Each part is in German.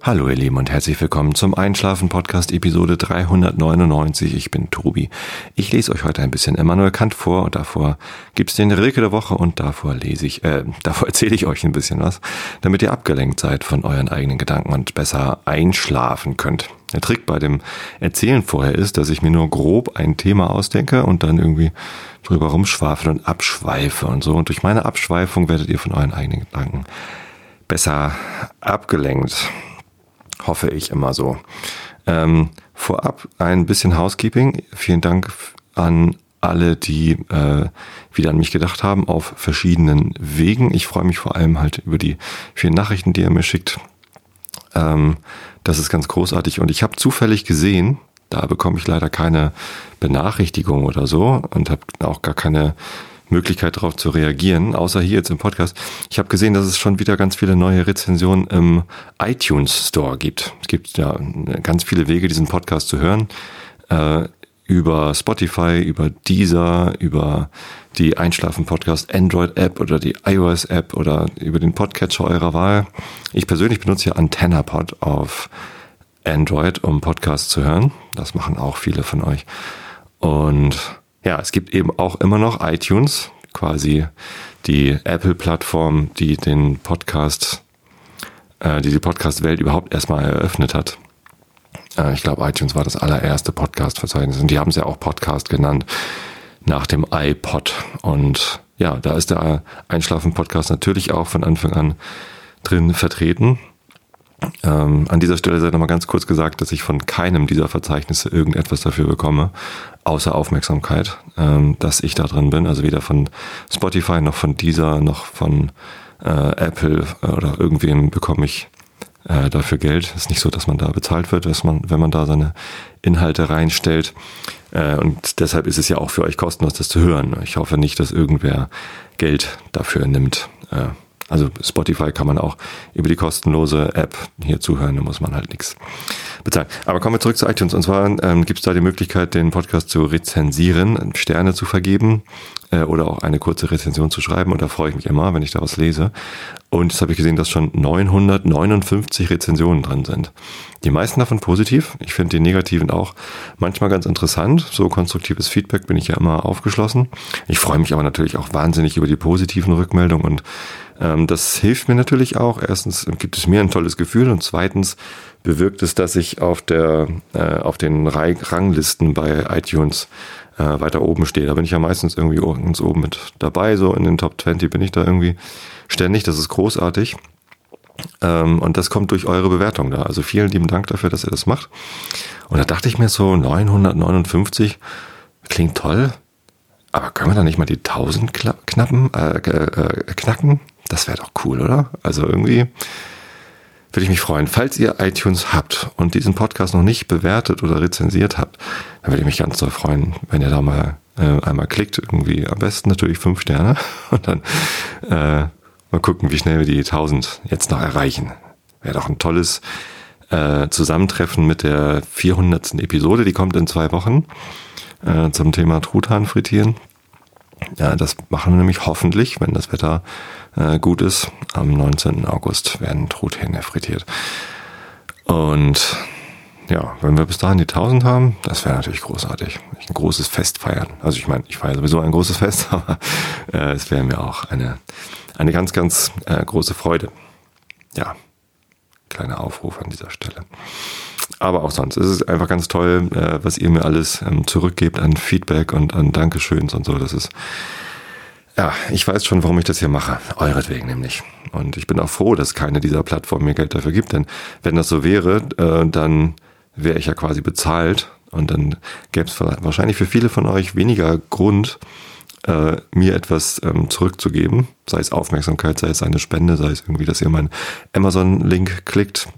Hallo ihr Lieben und herzlich willkommen zum Einschlafen-Podcast Episode 399. Ich bin Tobi. Ich lese euch heute ein bisschen Immanuel Kant vor und davor gibt's den Rilke der Woche und davor erzähle ich euch ein bisschen was, damit ihr abgelenkt seid von euren eigenen Gedanken und besser einschlafen könnt. Der Trick bei dem Erzählen vorher ist, dass ich mir nur grob ein Thema ausdenke und dann irgendwie drüber rumschwafel und abschweife und so. Und durch meine Abschweifung werdet ihr von euren eigenen Gedanken besser abgelenkt. Hoffe ich immer so. Vorab ein bisschen Housekeeping. Vielen Dank an alle, die wieder an mich gedacht haben auf verschiedenen Wegen. Ich freue mich vor allem halt über die vielen Nachrichten, die ihr mir schickt. Das ist ganz großartig. Und ich habe zufällig gesehen, da bekomme ich leider keine Benachrichtigung oder so und habe auch gar keine Möglichkeit darauf zu reagieren, außer hier jetzt im Podcast. Ich habe gesehen, dass es schon wieder ganz viele neue Rezensionen im iTunes Store gibt. Es gibt ja ganz viele Wege, diesen Podcast zu hören. Über Spotify, über Deezer, über die Einschlafen-Podcast Android-App oder die iOS-App oder über den Podcatcher eurer Wahl. Ich persönlich benutze ja AntennaPod auf Android, um Podcasts zu hören. Das machen auch viele von euch. Und ja, es gibt eben auch immer noch iTunes, quasi die Apple-Plattform, die die Podcast-Welt überhaupt erstmal eröffnet hat. Ich glaube, iTunes war das allererste Podcast-Verzeichnis und die haben es ja auch Podcast genannt, nach dem iPod. Und ja, da ist der Einschlafen-Podcast natürlich auch von Anfang an drin vertreten. An dieser Stelle sei nochmal ganz kurz gesagt, dass ich von keinem dieser Verzeichnisse irgendetwas dafür bekomme, außer Aufmerksamkeit, dass ich da drin bin. Also weder von Spotify noch von Deezer noch von Apple oder irgendwem bekomme ich dafür Geld. Es ist nicht so, dass man da bezahlt wird, wenn man da seine Inhalte reinstellt. Und deshalb ist es ja auch für euch kostenlos, das zu hören. Ich hoffe nicht, dass irgendwer Geld dafür nimmt. Also Spotify kann man auch über die kostenlose App hier zuhören, da muss man halt nichts bezahlen. Aber kommen wir zurück zu iTunes. Und zwar gibt es da die Möglichkeit, den Podcast zu rezensieren, Sterne zu vergeben oder auch eine kurze Rezension zu schreiben. Und da freue ich mich immer, wenn ich da was lese. Und jetzt habe ich gesehen, dass schon 959 Rezensionen drin sind. Die meisten davon positiv. Ich finde die negativen auch manchmal ganz interessant. So konstruktives Feedback bin ich ja immer aufgeschlossen. Ich freue mich aber natürlich auch wahnsinnig über die positiven Rückmeldungen und das hilft mir natürlich auch. Erstens gibt es mir ein tolles Gefühl und zweitens bewirkt es, dass ich auf den Ranglisten bei iTunes weiter oben stehe. Da bin ich ja meistens irgendwie ganz oben mit dabei, so in den Top 20 bin ich da irgendwie ständig. Das ist großartig. Und das kommt durch eure Bewertung da. Also vielen lieben Dank dafür, dass ihr das macht. Und da dachte ich mir so, 959 klingt toll, aber können wir da nicht mal die 1000 knacken? Das wäre doch cool, oder? Also irgendwie würde ich mich freuen. Falls ihr iTunes habt und diesen Podcast noch nicht bewertet oder rezensiert habt, dann würde ich mich ganz doll freuen, wenn ihr da mal einmal klickt. Irgendwie am besten natürlich 5 Sterne und dann mal gucken, wie schnell wir die 1000 jetzt noch erreichen. Wäre doch ein tolles Zusammentreffen mit der 400. Episode. Die kommt in 2 Wochen zum Thema Truthahn frittieren. Ja, das machen wir nämlich hoffentlich, wenn das Wetter gut ist. Am 19. August werden Truthähne frittiert. Und ja, wenn wir bis dahin die 1000 haben, das wäre natürlich großartig. Ein großes Fest feiern. Also ich meine, ich feiere sowieso ein großes Fest, aber es wäre mir auch eine ganz, ganz große Freude. Ja, kleiner Aufruf an dieser Stelle. Aber auch sonst ist es einfach ganz toll, was ihr mir alles zurückgebt an Feedback und an Dankeschöns und so. Das ist, ja, ich weiß schon, warum ich das hier mache. Euretwegen nämlich. Und ich bin auch froh, dass keine dieser Plattformen mir Geld dafür gibt. Denn wenn das so wäre, dann wäre ich ja quasi bezahlt. Und dann gäbe es wahrscheinlich für viele von euch weniger Grund, mir etwas zurückzugeben. Sei es Aufmerksamkeit, sei es eine Spende, sei es irgendwie, dass ihr meinen Amazon-Link klickt.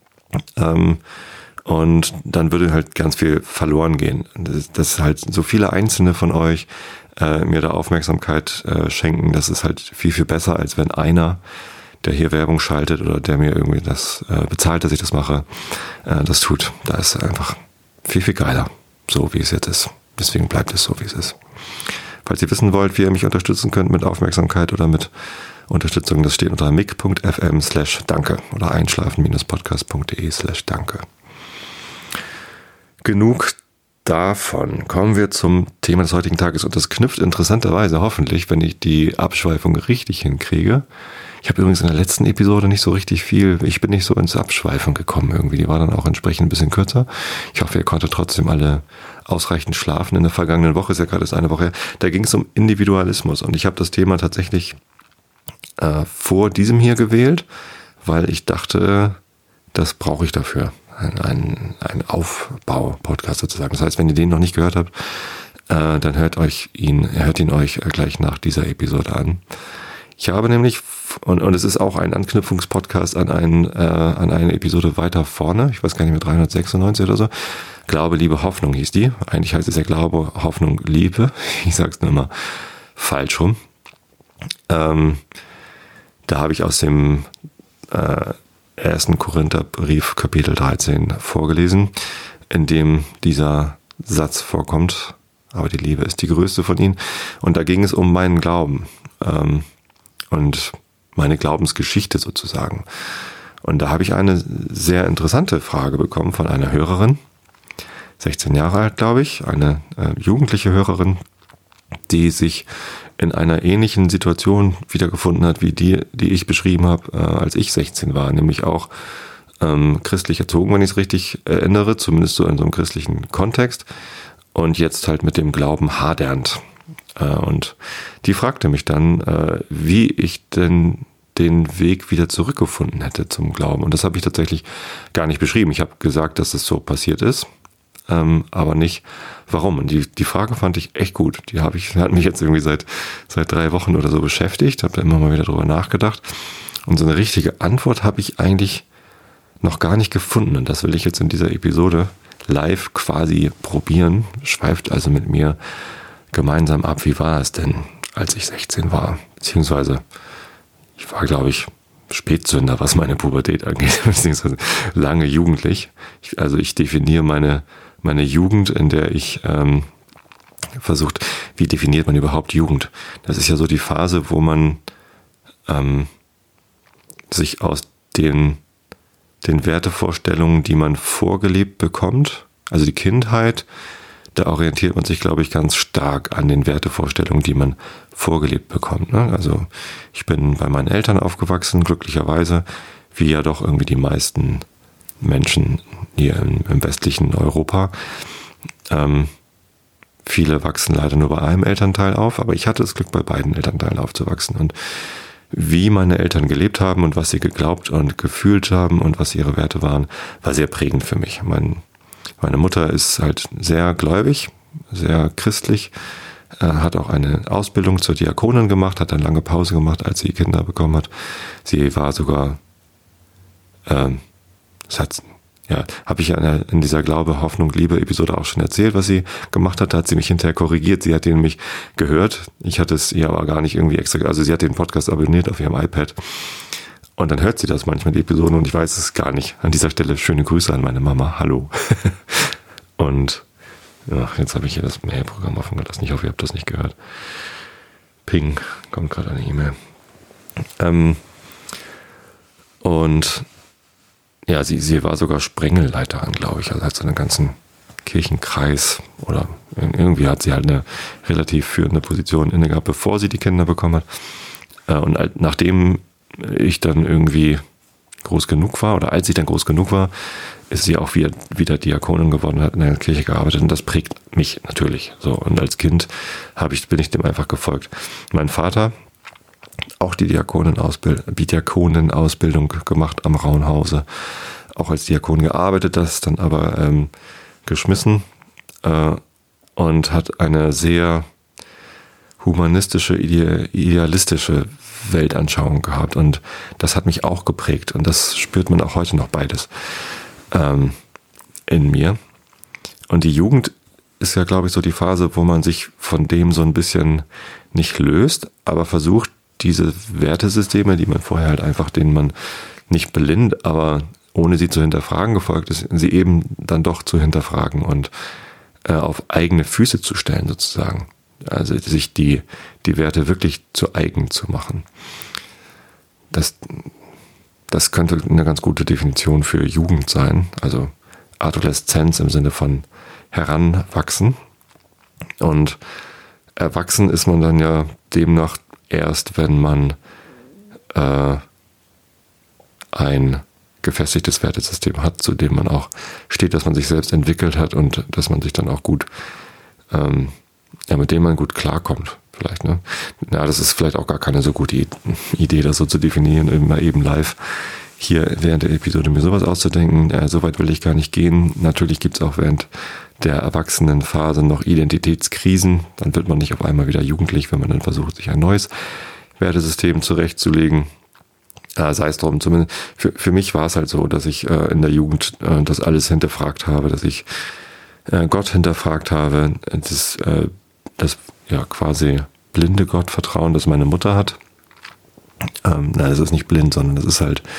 Und dann würde halt ganz viel verloren gehen. Dass halt so viele Einzelne von euch mir da Aufmerksamkeit schenken, das ist halt viel, viel besser, als wenn einer, der hier Werbung schaltet oder der mir irgendwie das bezahlt, dass ich das mache, das tut. Da ist einfach viel, viel geiler, so wie es jetzt ist. Deswegen bleibt es so, wie es ist. Falls ihr wissen wollt, wie ihr mich unterstützen könnt mit Aufmerksamkeit oder mit Unterstützung, das steht unter mic.fm/danke oder einschlafen-podcast.de/danke. Genug davon. Kommen wir zum Thema des heutigen Tages und das knüpft interessanterweise hoffentlich, wenn ich die Abschweifung richtig hinkriege. Ich habe übrigens in der letzten Episode nicht so richtig viel, ich bin nicht so ins Abschweifen gekommen irgendwie. Die war dann auch entsprechend ein bisschen kürzer. Ich hoffe, ihr konntet trotzdem alle ausreichend schlafen. In der vergangenen Woche, ist ja gerade erst eine Woche her, da ging es um Individualismus und ich habe das Thema tatsächlich vor diesem hier gewählt, weil ich dachte, das brauche ich dafür. Ein Aufbau-Podcast sozusagen. Das heißt, wenn ihr den noch nicht gehört habt, dann hört ihn euch gleich nach dieser Episode an. Ich habe nämlich, und es ist auch ein Anknüpfungspodcast an eine Episode weiter vorne, ich weiß gar nicht mehr, 396 oder so. Glaube, Liebe, Hoffnung hieß die. Eigentlich heißt es ja Glaube, Hoffnung, Liebe. Ich sag's nur immer falsch rum. Da habe ich aus dem 1. Korintherbrief Kapitel 13 vorgelesen, in dem dieser Satz vorkommt, aber die Liebe ist die größte von ihnen. Und da ging es um meinen Glauben und meine Glaubensgeschichte sozusagen. Und da habe ich eine sehr interessante Frage bekommen von einer Hörerin, 16 Jahre alt, glaube ich, eine jugendliche Hörerin, die sich in einer ähnlichen Situation wiedergefunden hat, wie die ich beschrieben habe, als ich 16 war, nämlich auch christlich erzogen, wenn ich es richtig erinnere, zumindest so in so einem christlichen Kontext und jetzt halt mit dem Glauben hadernd. Und die fragte mich dann, wie ich denn den Weg wieder zurückgefunden hätte zum Glauben. Und das habe ich tatsächlich gar nicht beschrieben. Ich habe gesagt, dass es so passiert ist, aber nicht warum. Und die Frage fand ich echt gut. Hat mich jetzt irgendwie seit 3 Wochen oder so beschäftigt, habe da immer mal wieder drüber nachgedacht. Und so eine richtige Antwort habe ich eigentlich noch gar nicht gefunden. Und das will ich jetzt in dieser Episode live quasi probieren. Schweift also mit mir gemeinsam ab. Wie war es denn, als ich 16 war? Beziehungsweise, ich war, glaube ich, Spätzünder, was meine Pubertät angeht, beziehungsweise lange jugendlich. Ich definiere meine Jugend, in der ich versucht, wie definiert man überhaupt Jugend? Das ist ja so die Phase, wo man sich aus den Wertevorstellungen, die man vorgelebt bekommt, also die Kindheit, da orientiert man sich, glaube ich, ganz stark an den Wertevorstellungen, die man vorgelebt bekommt. Ne? Also ich bin bei meinen Eltern aufgewachsen, glücklicherweise, wie ja doch irgendwie die meisten Menschen hier im westlichen Europa. Viele wachsen leider nur bei einem Elternteil auf, aber ich hatte das Glück, bei beiden Elternteilen aufzuwachsen. Und wie meine Eltern gelebt haben und was sie geglaubt und gefühlt haben und was ihre Werte waren, war sehr prägend für mich. Meine Mutter ist halt sehr gläubig, sehr christlich, hat auch eine Ausbildung zur Diakonin gemacht, hat dann lange Pause gemacht, als sie Kinder bekommen hat. Sie war sogar, habe ich in dieser Glaube, Hoffnung, Liebe Episode auch schon erzählt, was sie gemacht hat. Da hat sie mich hinterher korrigiert. Sie hat den nämlich gehört. Ich hatte es ihr aber gar nicht irgendwie extra, also sie hat den Podcast abonniert auf ihrem iPad. Und dann hört sie das manchmal, die Episode, und ich weiß es gar nicht. An dieser Stelle schöne Grüße an meine Mama. Hallo. Und jetzt habe ich hier das Mailprogramm offen gelassen. Ich hoffe, ihr habt das nicht gehört. Ping, kommt gerade eine E-Mail. Und ja, sie war sogar Sprengelleiterin, glaube ich. Also hat so einen ganzen Kirchenkreis oder irgendwie hat sie halt eine relativ führende Position inne gehabt, bevor sie die Kinder bekommen hat. Und nachdem ich dann irgendwie groß genug war, oder als ich dann groß genug war, ist sie auch wieder Diakonin geworden und hat in der Kirche gearbeitet, und das prägt mich natürlich. So, und als Kind bin ich dem einfach gefolgt. Mein Vater, auch die Diakonenausbildung gemacht am Rauenhause, auch als Diakon gearbeitet, das dann aber geschmissen und hat eine sehr humanistische, idealistische Weltanschauung gehabt, und das hat mich auch geprägt, und das spürt man auch heute noch beides in mir. Und die Jugend ist ja, glaube ich, so die Phase, wo man sich von dem so ein bisschen nicht löst, aber versucht, diese Wertesysteme, die man vorher halt einfach, denen man nicht blind, aber ohne sie zu hinterfragen gefolgt ist, sie eben dann doch zu hinterfragen und auf eigene Füße zu stellen sozusagen. Also sich die Werte wirklich zu eigen zu machen. das könnte eine ganz gute Definition für Jugend sein, also Adoleszenz im Sinne von Heranwachsen. Und erwachsen ist man dann ja demnach erst, wenn man ein gefestigtes Wertesystem hat, zu dem man auch steht, dass man sich selbst entwickelt hat und dass man sich dann auch gut, mit dem man gut klarkommt, vielleicht, ne? Ja, das ist vielleicht auch gar keine so gute Idee, das so zu definieren, immer eben live hier während der Episode mir sowas auszudenken. Ja, so weit will ich gar nicht gehen. Natürlich gibt es auch während der Erwachsenenphase noch Identitätskrisen. Dann wird man nicht auf einmal wieder jugendlich, wenn man dann versucht, sich ein neues Wertesystem zurechtzulegen. Sei es drum, zumindest für mich war es halt so, dass ich in der Jugend das alles hinterfragt habe, dass ich Gott hinterfragt habe, das ja quasi blinde Gottvertrauen, das meine Mutter hat. Nein, das ist nicht blind, sondern das ist halt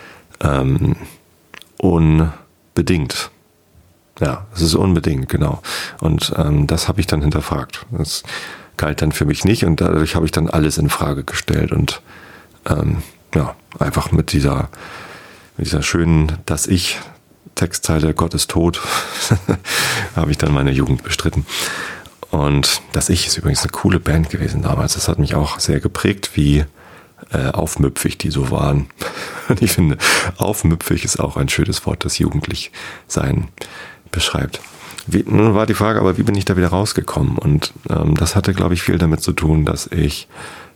unbedingt. Ja, es ist unbedingt, genau. Und das habe ich dann hinterfragt. Das galt dann für mich nicht und dadurch habe ich dann alles in Frage gestellt und einfach mit dieser schönen, dass ich Textzeile Gott ist tot, habe ich dann meine Jugend bestritten. Und das Ich ist übrigens eine coole Band gewesen damals. Das hat mich auch sehr geprägt, wie aufmüpfig die so waren. Und ich finde, aufmüpfig ist auch ein schönes Wort, das jugendlich sein beschreibt. Nun war die Frage, aber wie bin ich da wieder rausgekommen? Und das hatte, glaube ich, viel damit zu tun, dass ich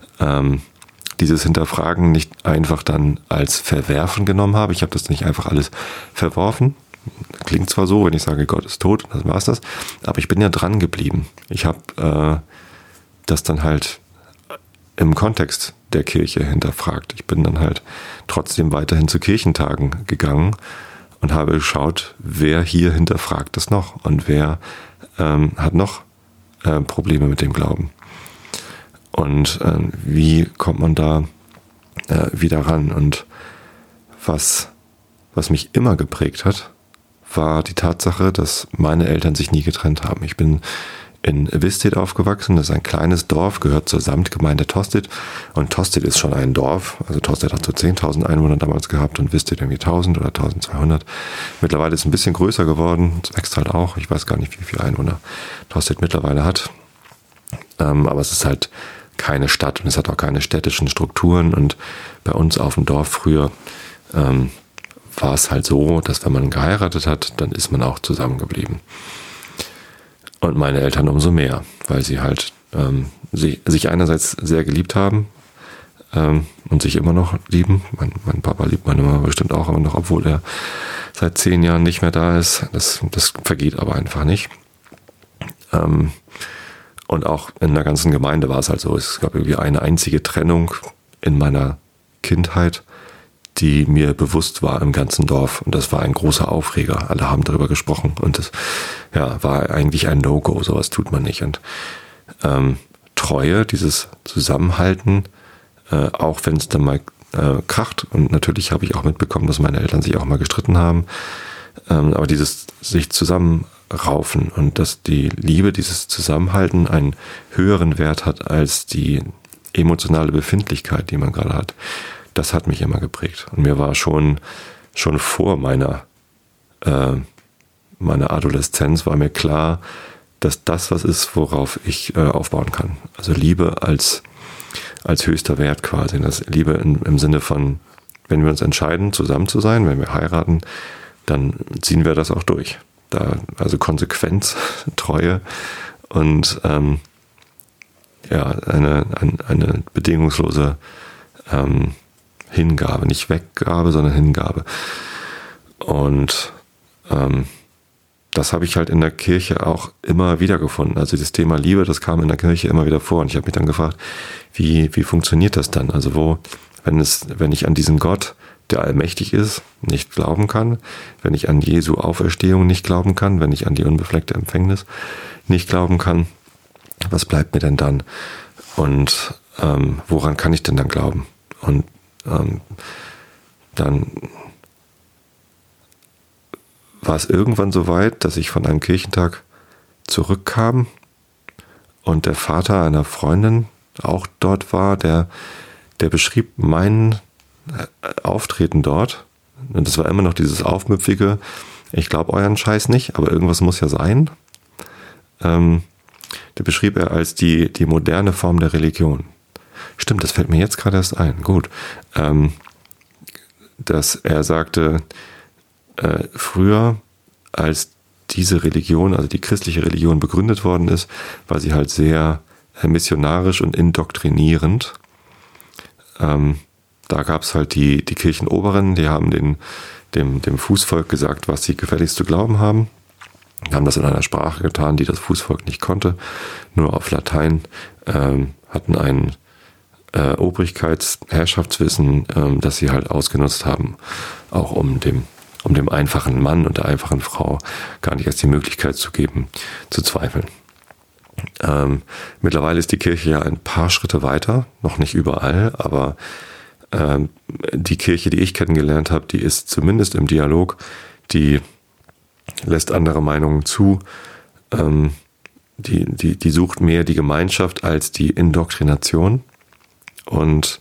dieses Hinterfragen nicht einfach dann als Verwerfen genommen habe. Ich habe das nicht einfach alles verworfen. Klingt zwar so, wenn ich sage, Gott ist tot, dann war es das. Aber ich bin ja dran geblieben. Ich habe das dann halt im Kontext der Kirche hinterfragt. Ich bin dann halt trotzdem weiterhin zu Kirchentagen gegangen und habe geschaut, wer hier hinterfragt es noch und wer hat noch Probleme mit dem Glauben. Und wie kommt man da wieder ran? Und was mich immer geprägt hat, war die Tatsache, dass meine Eltern sich nie getrennt haben. Ich bin in Wistedt aufgewachsen, das ist ein kleines Dorf, gehört zur Samtgemeinde Tostedt. Und Tostedt ist schon ein Dorf, also Tostedt hat so 10.000 Einwohner damals gehabt und Wistedt irgendwie 1.000 oder 1.200. Mittlerweile ist es ein bisschen größer geworden, es wächst halt auch, ich weiß gar nicht, wie viele Einwohner Tostedt mittlerweile hat. Aber es ist halt keine Stadt und es hat auch keine städtischen Strukturen. Und bei uns auf dem Dorf früher war es halt so, dass wenn man geheiratet hat, dann ist man auch zusammengeblieben. Und meine Eltern umso mehr, weil sie halt sich einerseits sehr geliebt haben und sich immer noch lieben. Mein Papa liebt meine Mama bestimmt auch immer noch, obwohl er seit 10 Jahren nicht mehr da ist. Das vergeht aber einfach nicht. Und auch in der ganzen Gemeinde war es halt so, es gab irgendwie eine einzige Trennung in meiner Kindheit, die mir bewusst war im ganzen Dorf. Und das war ein großer Aufreger. Alle haben darüber gesprochen. Und das war eigentlich ein No-Go. Sowas tut man nicht. Und Treue, dieses Zusammenhalten, auch wenn es dann mal kracht. Und natürlich habe ich auch mitbekommen, dass meine Eltern sich auch mal gestritten haben. Aber dieses sich zusammenraufen und dass die Liebe, dieses Zusammenhalten einen höheren Wert hat als die emotionale Befindlichkeit, die man gerade hat. Das hat mich immer geprägt. Und mir war schon vor meiner Adoleszenz war mir klar, dass das was ist, worauf ich aufbauen kann. Also Liebe als höchster Wert quasi. Das Liebe im Sinne von, wenn wir uns entscheiden, zusammen zu sein, wenn wir heiraten, dann ziehen wir das auch durch. Also Konsequenz, Treue und eine bedingungslose Hingabe, nicht Weggabe, sondern Hingabe. Und das habe ich halt in der Kirche auch immer wieder gefunden. Also das Thema Liebe, das kam in der Kirche immer wieder vor. Und ich habe mich dann gefragt, wie funktioniert das dann? Also wenn ich an diesen Gott, der allmächtig ist, nicht glauben kann, wenn ich an Jesu Auferstehung nicht glauben kann, wenn ich an die unbefleckte Empfängnis nicht glauben kann, was bleibt mir denn dann? Und woran kann ich denn dann glauben? Und dann war es irgendwann so weit, dass ich von einem Kirchentag zurückkam und der Vater einer Freundin auch dort war, der beschrieb meinen Auftreten dort, und das war immer noch dieses aufmüpfige, ich glaube euren Scheiß nicht, aber irgendwas muss ja sein, der beschrieb er als die moderne Form der Religion. Stimmt, das fällt mir jetzt gerade erst ein. Gut. Dass er sagte, früher, als diese Religion, also die christliche Religion begründet worden ist, war sie halt sehr missionarisch und indoktrinierend. Da gab es halt die Kirchenoberen, die haben dem Fußvolk gesagt, was sie gefälligst zu glauben haben. Haben das in einer Sprache getan, die das Fußvolk nicht konnte, nur auf Latein, hatten ein Obrigkeitsherrschaftswissen, das sie halt ausgenutzt haben, auch um dem einfachen Mann und der einfachen Frau gar nicht erst die Möglichkeit zu geben, zu zweifeln. Mittlerweile ist die Kirche ja ein paar Schritte weiter, noch nicht überall, aber die Kirche, die ich kennengelernt habe, die ist zumindest im Dialog, die lässt andere Meinungen zu, die sucht mehr die Gemeinschaft als die Indoktrination. Und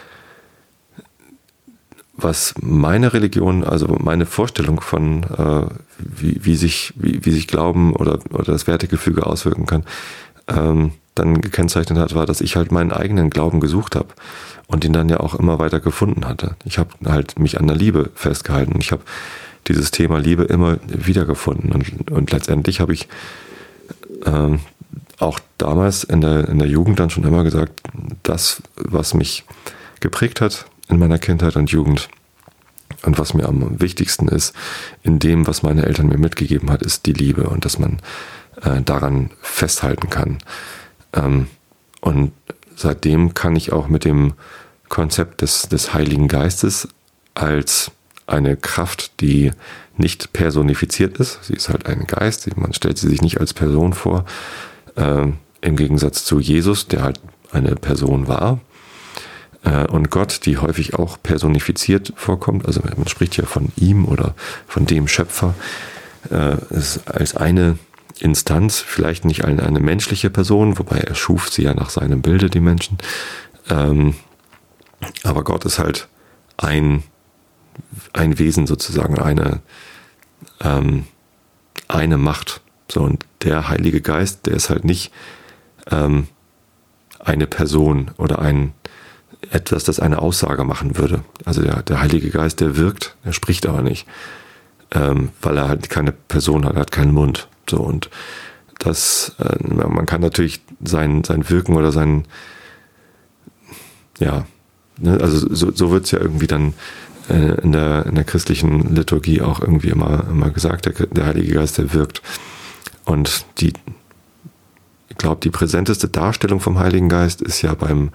was meine Religion, also meine Vorstellung von wie sich Glauben oder das Wertegefüge auswirken kann, dann gekennzeichnet hat, war, dass ich halt meinen eigenen Glauben gesucht habe und ihn dann ja auch immer weiter gefunden hatte. Ich habe halt mich an der Liebe festgehalten. Ich habe dieses Thema Liebe immer wieder gefunden und letztendlich habe ich auch damals in der Jugend dann schon immer gesagt, das, was mich geprägt hat in meiner Kindheit und Jugend und was mir am wichtigsten ist in dem, was meine Eltern mir mitgegeben hat, ist die Liebe und dass man daran festhalten kann. Und seitdem kann ich auch mit dem Konzept des Heiligen Geistes als eine Kraft, die nicht personifiziert ist. Sie ist halt ein Geist, man stellt sie sich nicht als Person vor, im Gegensatz zu Jesus, der halt eine Person war. Und Gott, die häufig auch personifiziert vorkommt, also man spricht ja von ihm oder von dem Schöpfer, ist als eine Instanz, vielleicht nicht eine menschliche Person, wobei er schuf sie ja nach seinem Bilde, die Menschen. Aber Gott ist halt ein Wesen sozusagen, eine Macht. So, und der Heilige Geist, der ist halt nicht eine Person oder etwas, das eine Aussage machen würde. Also der Heilige Geist, der wirkt, er spricht aber nicht, weil er halt keine Person hat, er hat keinen Mund. So, und das, man kann natürlich sein Wirken oder also so wird es ja irgendwie dann in der christlichen Liturgie auch irgendwie immer gesagt, der Heilige Geist, der wirkt. Und ich glaube, die präsenteste Darstellung vom Heiligen Geist ist ja beim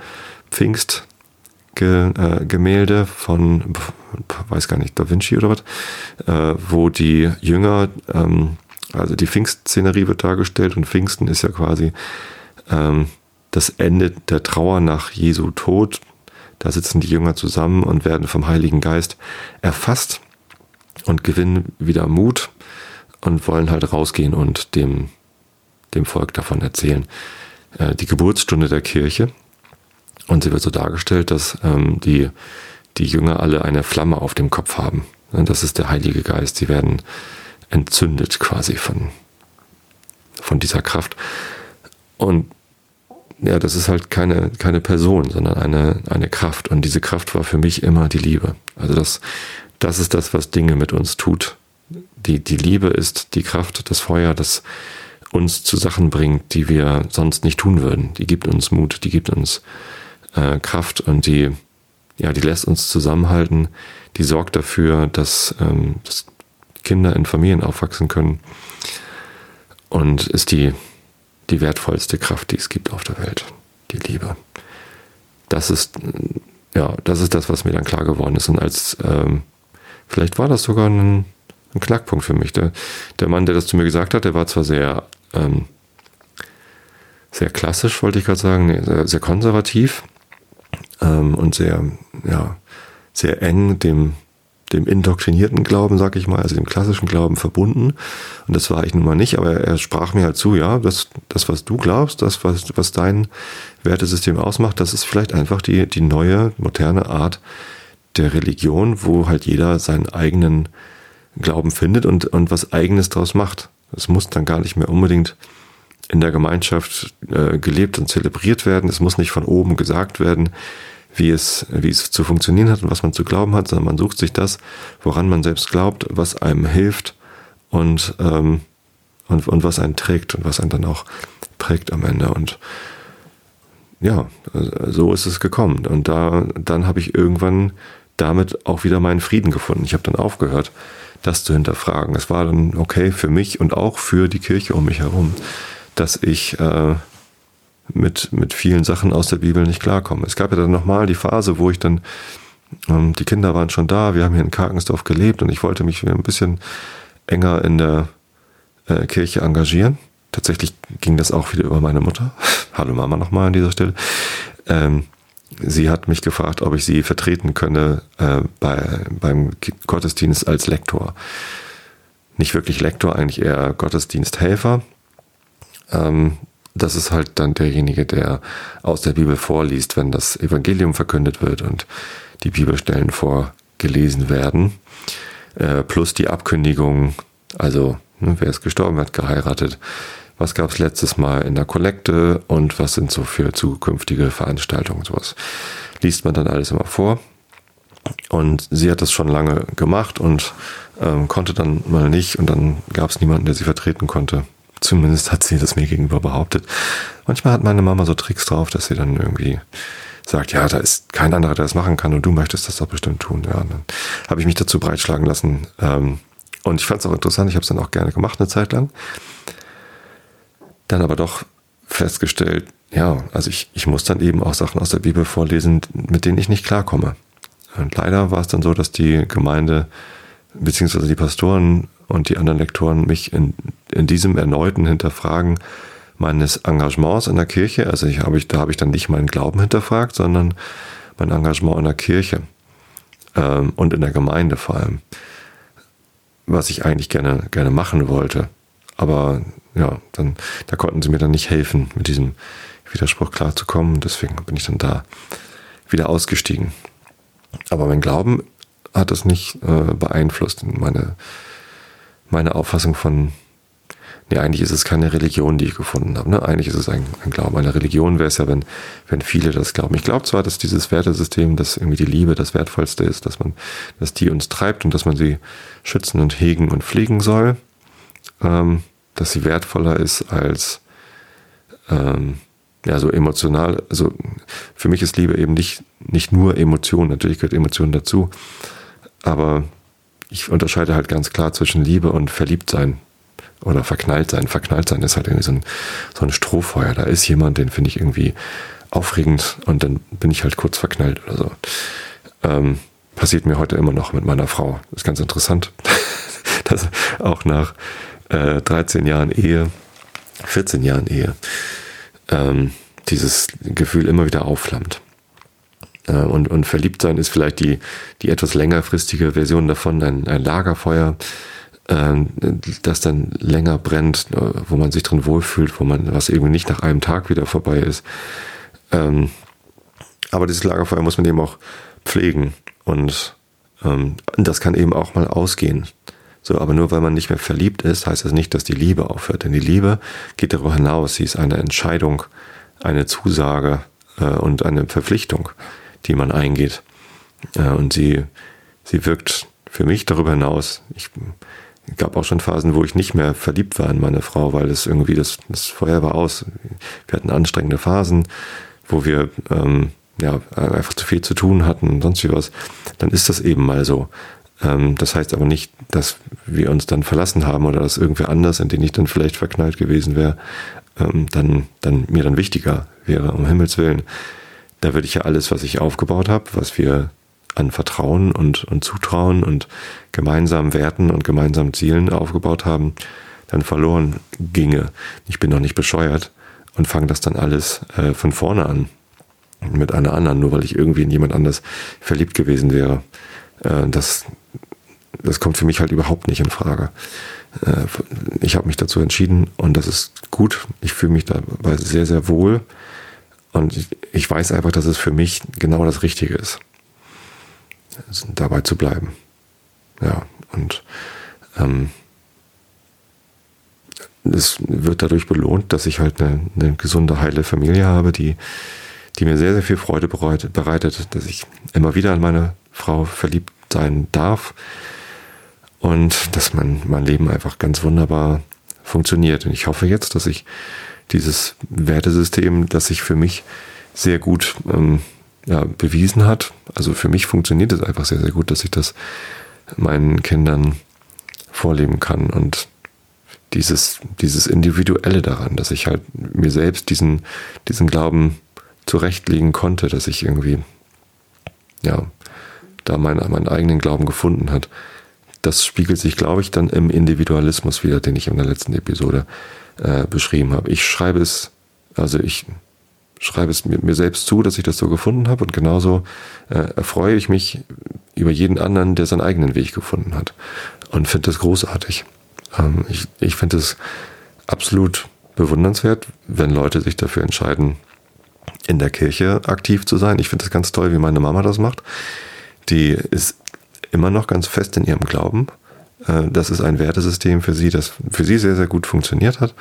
Pfingstgemälde von, weiß gar nicht, Da Vinci oder was, wo die Jünger, also die Pfingstszenerie wird dargestellt und Pfingsten ist ja quasi das Ende der Trauer nach Jesu Tod. Da sitzen die Jünger zusammen und werden vom Heiligen Geist erfasst und gewinnen wieder Mut und wollen halt rausgehen und dem Volk davon erzählen. Die Geburtsstunde der Kirche. Und sie wird so dargestellt, dass die Jünger alle eine Flamme auf dem Kopf haben. Das ist der Heilige Geist. Sie werden entzündet quasi von dieser Kraft. Und ja, das ist halt keine Person, sondern eine Kraft. Und diese Kraft war für mich immer die Liebe. Also das ist das, was Dinge mit uns tut. Die Liebe ist die Kraft, das Feuer, das uns zu Sachen bringt, die wir sonst nicht tun würden. Die gibt uns Mut, die gibt uns Kraft und die lässt uns zusammenhalten. Die sorgt dafür, dass Kinder in Familien aufwachsen können und ist die wertvollste Kraft, die es gibt auf der Welt, die Liebe. Das ist das, was mir dann klar geworden ist. Und vielleicht war das sogar ein Knackpunkt für mich. Der Mann, der das zu mir gesagt hat, der war zwar sehr klassisch, wollte ich gerade sagen, sehr konservativ und sehr eng dem indoktrinierten Glauben, sag ich mal, also dem klassischen Glauben verbunden. Und das war ich nun mal nicht, aber er sprach mir halt zu, ja, das was du glaubst, das, was dein Wertesystem ausmacht, das ist vielleicht einfach die neue, moderne Art, der Religion, wo halt jeder seinen eigenen Glauben findet und was Eigenes draus macht. Es muss dann gar nicht mehr unbedingt in der Gemeinschaft gelebt und zelebriert werden. Es muss nicht von oben gesagt werden, wie es zu funktionieren hat und was man zu glauben hat, sondern man sucht sich das, woran man selbst glaubt, was einem hilft und was einen trägt und was einen dann auch prägt am Ende. Und ja, so ist es gekommen. Und dann habe ich irgendwann damit auch wieder meinen Frieden gefunden. Ich habe dann aufgehört, das zu hinterfragen. Es war dann okay für mich und auch für die Kirche um mich herum, dass ich mit vielen Sachen aus der Bibel nicht klarkomme. Es gab ja dann nochmal die Phase, wo ich dann, die Kinder waren schon da, wir haben hier in Karkensdorf gelebt und ich wollte mich ein bisschen enger in der Kirche engagieren. Tatsächlich ging das auch wieder über meine Mutter. Hallo Mama nochmal an dieser Stelle. Sie hat mich gefragt, ob ich sie vertreten könne beim Gottesdienst als Lektor. Nicht wirklich Lektor, eigentlich eher Gottesdiensthelfer. Das ist halt dann derjenige, der aus der Bibel vorliest, wenn das Evangelium verkündet wird und die Bibelstellen vorgelesen werden. Plus die Abkündigung, also wer ist gestorben, wer hat geheiratet, was gab es letztes Mal in der Kollekte und was sind so für zukünftige Veranstaltungen, sowas. Liest man dann alles immer vor. Und sie hat das schon lange gemacht und konnte dann mal nicht und dann gab es niemanden, der sie vertreten konnte. Zumindest hat sie das mir gegenüber behauptet. Manchmal hat meine Mama so Tricks drauf, dass sie dann irgendwie sagt, ja, da ist kein anderer, der das machen kann und du möchtest das doch bestimmt tun. Ja, dann habe ich mich dazu breitschlagen lassen. Und ich fand es auch interessant, ich habe es dann auch gerne gemacht eine Zeit lang. Dann aber doch festgestellt, ja, also ich muss dann eben auch Sachen aus der Bibel vorlesen, mit denen ich nicht klarkomme. Und leider war es dann so, dass die Gemeinde beziehungsweise die Pastoren und die anderen Lektoren mich in diesem erneuten Hinterfragen meines Engagements in der Kirche, also da habe ich dann nicht meinen Glauben hinterfragt, sondern mein Engagement in der Kirche und in der Gemeinde vor allem, was ich eigentlich gerne machen wollte. Aber ja, da konnten sie mir dann nicht helfen, mit diesem Widerspruch klarzukommen. Deswegen bin ich dann da wieder ausgestiegen. Aber mein Glauben hat das nicht beeinflusst. Meine Auffassung von, eigentlich ist es keine Religion, die ich gefunden habe. Ne? Eigentlich ist es ein Glauben. Eine Religion wäre es ja, wenn viele das glauben. Ich glaube zwar, dass dieses Wertesystem, dass irgendwie die Liebe das Wertvollste ist, dass die uns treibt und dass man sie schützen und hegen und pflegen soll, dass sie wertvoller ist als so emotional. Also für mich ist Liebe eben nicht nur Emotion. Natürlich gehört Emotion dazu, aber ich unterscheide halt ganz klar zwischen Liebe und Verliebtsein oder Verknalltsein. Verknalltsein ist halt irgendwie so ein Strohfeuer. Da ist jemand, den finde ich irgendwie aufregend und dann bin ich halt kurz verknallt oder so. Passiert mir heute immer noch mit meiner Frau. Ist ganz interessant, dass auch nach 13 Jahren Ehe, 14 Jahren Ehe, dieses Gefühl immer wieder aufflammt. Und Verliebtsein ist vielleicht die etwas längerfristige Version davon, ein Lagerfeuer, das dann länger brennt, wo man sich drin wohlfühlt, was irgendwie nicht nach einem Tag wieder vorbei ist. Aber dieses Lagerfeuer muss man eben auch pflegen und das kann eben auch mal ausgehen. So, aber nur weil man nicht mehr verliebt ist, heißt das nicht, dass die Liebe aufhört. Denn die Liebe geht darüber hinaus. Sie ist eine Entscheidung, eine Zusage und eine Verpflichtung, die man eingeht. Und sie wirkt für mich darüber hinaus. Es gab auch schon Phasen, wo ich nicht mehr verliebt war in meine Frau, weil es irgendwie das Feuer war aus. Wir hatten anstrengende Phasen, wo wir einfach zu viel zu tun hatten und sonst wie was. Dann ist das eben mal so. Das heißt aber nicht, dass wir uns dann verlassen haben oder dass irgendwer anders, in den ich dann vielleicht verknallt gewesen wäre, dann mir dann wichtiger wäre, um Himmels Willen. Da würde ich ja alles, was ich aufgebaut habe, was wir an Vertrauen und Zutrauen und gemeinsamen Werten und gemeinsamen Zielen aufgebaut haben, dann verloren ginge. Ich bin noch nicht bescheuert und fange das dann alles von vorne an mit einer anderen, nur weil ich irgendwie in jemand anders verliebt gewesen wäre. Das kommt für mich halt überhaupt nicht in Frage. Ich habe mich dazu entschieden und das ist gut. Ich fühle mich dabei sehr, sehr wohl und ich weiß einfach, dass es für mich genau das Richtige ist. dabei zu bleiben. Ja, und es wird dadurch belohnt, dass ich halt eine gesunde, heile Familie habe, die mir sehr, sehr viel Freude bereitet, dass ich immer wieder an meine Frau verliebt sein darf und dass mein Leben einfach ganz wunderbar funktioniert. Und ich hoffe jetzt, dass ich dieses Wertesystem, das sich für mich sehr gut bewiesen hat, also für mich funktioniert es einfach sehr, sehr gut, dass ich das meinen Kindern vorleben kann. Und dieses Individuelle daran, dass ich halt mir selbst diesen Glauben zurechtlegen konnte, dass ich irgendwie da meinen eigenen Glauben gefunden hat. Das spiegelt sich, glaube ich, dann im Individualismus wieder, den ich in der letzten Episode beschrieben habe. Ich schreibe es mir selbst zu, dass ich das so gefunden habe, und genauso erfreue ich mich über jeden anderen, der seinen eigenen Weg gefunden hat, und finde das großartig. Ich finde es absolut bewundernswert, wenn Leute sich dafür entscheiden, in der Kirche aktiv zu sein. Ich finde es ganz toll, wie meine Mama das macht. Die ist immer noch ganz fest in ihrem Glauben. Das ist ein Wertesystem für sie, das für sie sehr, sehr gut funktioniert hat.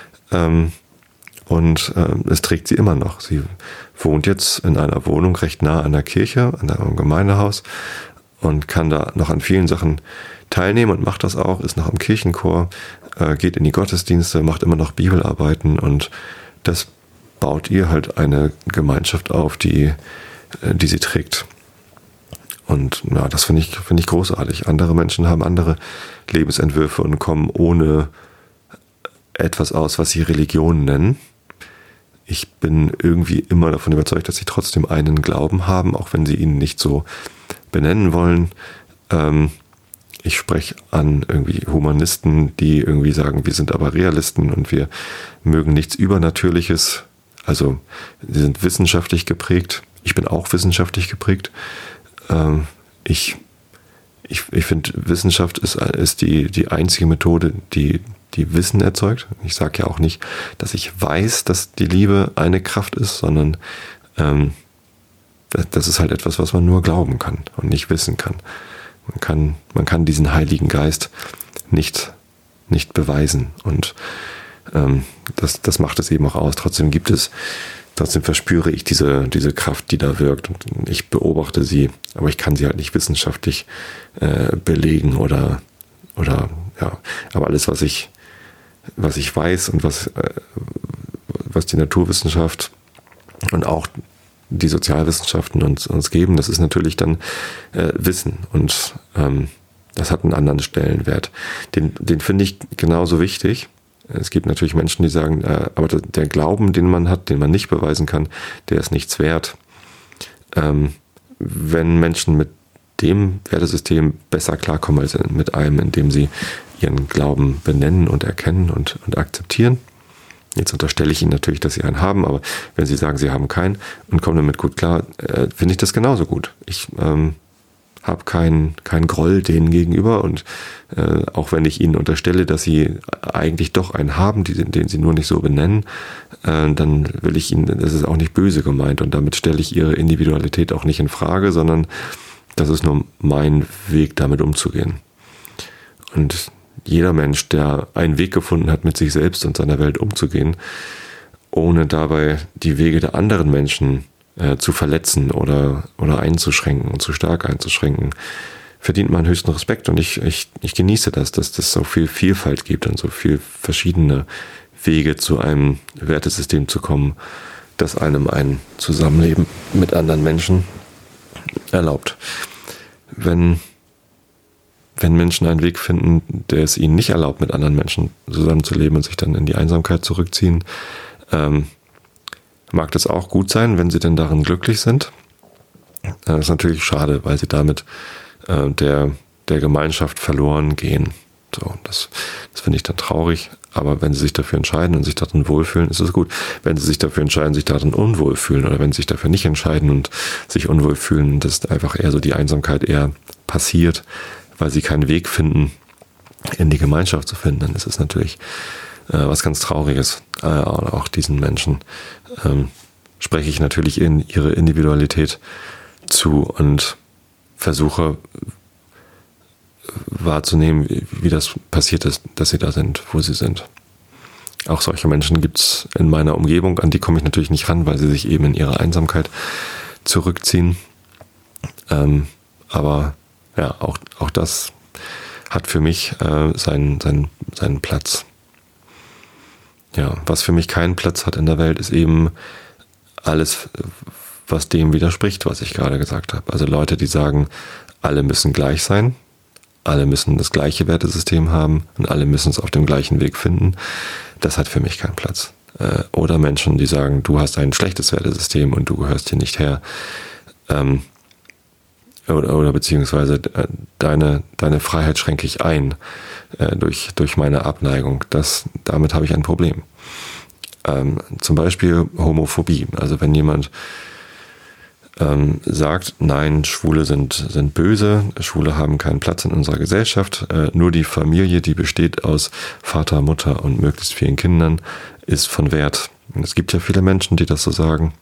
Und es trägt sie immer noch. Sie wohnt jetzt in einer Wohnung recht nah an der Kirche, an einem Gemeindehaus, und kann da noch an vielen Sachen teilnehmen und macht das auch, ist noch im Kirchenchor, geht in die Gottesdienste, macht immer noch Bibelarbeiten, und das baut ihr halt eine Gemeinschaft auf, die sie trägt. Und ja, das finde ich großartig. Andere Menschen haben andere Lebensentwürfe und kommen ohne etwas aus, was sie Religion nennen. Ich bin irgendwie immer davon überzeugt, dass sie trotzdem einen Glauben haben, auch wenn sie ihn nicht so benennen wollen. Ich spreche an irgendwie Humanisten, die irgendwie sagen, wir sind aber Realisten und wir mögen nichts Übernatürliches. Also sie sind wissenschaftlich geprägt. Ich bin auch wissenschaftlich geprägt. Ich finde, Wissenschaft ist die einzige Methode, die Wissen erzeugt. Ich sage ja auch nicht, dass ich weiß, dass die Liebe eine Kraft ist, sondern das ist halt etwas, was man nur glauben kann und nicht wissen kann. Man kann diesen Heiligen Geist nicht beweisen, und das macht es eben auch aus. Trotzdem verspüre ich diese Kraft, die da wirkt, und ich beobachte sie, aber ich kann sie halt nicht wissenschaftlich belegen oder ja. Aber alles, was ich weiß und was die Naturwissenschaft und auch die Sozialwissenschaften uns geben, das ist natürlich dann Wissen, und das hat einen anderen Stellenwert. Den finde ich genauso wichtig. Es gibt natürlich Menschen, die sagen, aber der Glauben, den man hat, den man nicht beweisen kann, der ist nichts wert. Wenn Menschen mit dem Wertesystem besser klarkommen als mit einem, indem sie ihren Glauben benennen und erkennen und akzeptieren. Jetzt unterstelle ich Ihnen natürlich, dass Sie einen haben, aber wenn Sie sagen, Sie haben keinen und kommen damit gut klar, finde ich das genauso gut. Ich habe keinen Groll denen gegenüber, und auch wenn ich Ihnen unterstelle, dass Sie eigentlich doch einen haben, den Sie nur nicht so benennen, dann will ich Ihnen, das ist auch nicht böse gemeint, und damit stelle ich Ihre Individualität auch nicht in Frage, sondern das ist nur mein Weg, damit umzugehen. Und jeder Mensch, der einen Weg gefunden hat, mit sich selbst und seiner Welt umzugehen, ohne dabei die Wege der anderen Menschen zu verletzen oder einzuschränken und zu stark einzuschränken, verdient meinen höchsten Respekt. Und ich genieße das, dass es so viel Vielfalt gibt und so viel verschiedene Wege zu einem Wertesystem zu kommen, das einem ein Zusammenleben mit anderen Menschen erlaubt. Wenn Menschen einen Weg finden, der es ihnen nicht erlaubt, mit anderen Menschen zusammenzuleben und sich dann in die Einsamkeit zurückziehen, mag das auch gut sein, wenn sie denn darin glücklich sind. Das ist natürlich schade, weil sie damit der Gemeinschaft verloren gehen. So, das finde ich dann traurig. Aber wenn sie sich dafür entscheiden und sich darin wohlfühlen, ist es gut. Wenn sie sich dafür entscheiden, sich darin unwohl fühlen, oder wenn sie sich dafür nicht entscheiden und sich unwohl fühlen, dass einfach eher so die Einsamkeit eher passiert, weil sie keinen Weg finden, in die Gemeinschaft zu finden, dann ist es natürlich was ganz Trauriges. Auch diesen Menschen spreche ich natürlich in ihre Individualität zu und versuche wahrzunehmen, wie das passiert ist, dass sie da sind, wo sie sind. Auch solche Menschen gibt es in meiner Umgebung, an die komme ich natürlich nicht ran, weil sie sich eben in ihrer Einsamkeit zurückziehen. Aber ja, auch das hat für mich seinen Platz. Ja, was für mich keinen Platz hat in der Welt, ist eben alles, was dem widerspricht, was ich gerade gesagt habe. Also Leute, die sagen, alle müssen gleich sein, alle müssen das gleiche Wertesystem haben und alle müssen es auf dem gleichen Weg finden. Das hat für mich keinen Platz. Oder Menschen, die sagen, du hast ein schlechtes Wertesystem und du gehörst hier nicht her. Oder beziehungsweise deine Freiheit schränke ich ein durch meine Abneigung. Damit habe ich ein Problem. Zum Beispiel Homophobie. Also wenn jemand sagt, nein, Schwule sind böse, Schwule haben keinen Platz in unserer Gesellschaft, nur die Familie, die besteht aus Vater, Mutter und möglichst vielen Kindern, ist von Wert. Und es gibt ja viele Menschen, die das so sagen.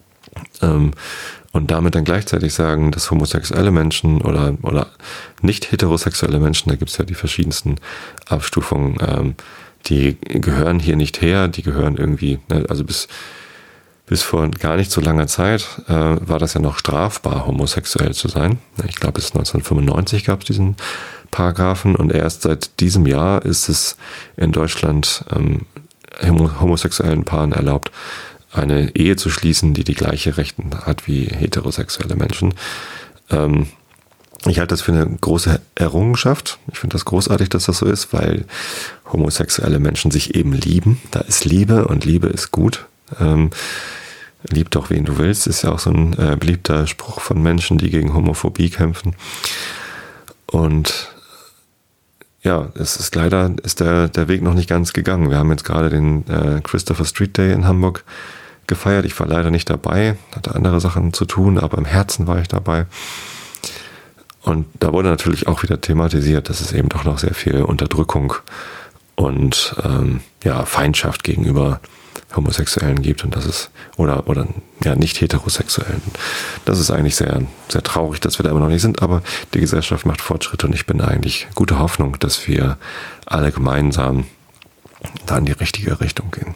Und damit dann gleichzeitig sagen, dass homosexuelle Menschen oder nicht heterosexuelle Menschen, da gibt es ja die verschiedensten Abstufungen, die gehören hier nicht her, die gehören irgendwie, also bis vor gar nicht so langer Zeit war das ja noch strafbar, homosexuell zu sein. Ich glaube, bis 1995 gab es diesen Paragraphen und erst seit diesem Jahr ist es in Deutschland homosexuellen Paaren erlaubt, eine Ehe zu schließen, die gleiche Rechte hat wie heterosexuelle Menschen. Ich halte das für eine große Errungenschaft. Ich finde das großartig, dass das so ist, weil homosexuelle Menschen sich eben lieben. Da ist Liebe und Liebe ist gut. Lieb doch, wen du willst, ist ja auch so ein beliebter Spruch von Menschen, die gegen Homophobie kämpfen. Und ja, es ist leider der Weg noch nicht ganz gegangen. Wir haben jetzt gerade den Christopher Street Day in Hamburg gefeiert. Ich war leider nicht dabei, hatte andere Sachen zu tun, aber im Herzen war ich dabei. Und da wurde natürlich auch wieder thematisiert, dass es eben doch noch sehr viel Unterdrückung und Feindschaft gegenüber Homosexuellen gibt und das ist oder nicht Heterosexuellen. Das ist eigentlich sehr, sehr traurig, dass wir da immer noch nicht sind, aber die Gesellschaft macht Fortschritte und ich bin eigentlich guter Hoffnung, dass wir alle gemeinsam da in die richtige Richtung gehen.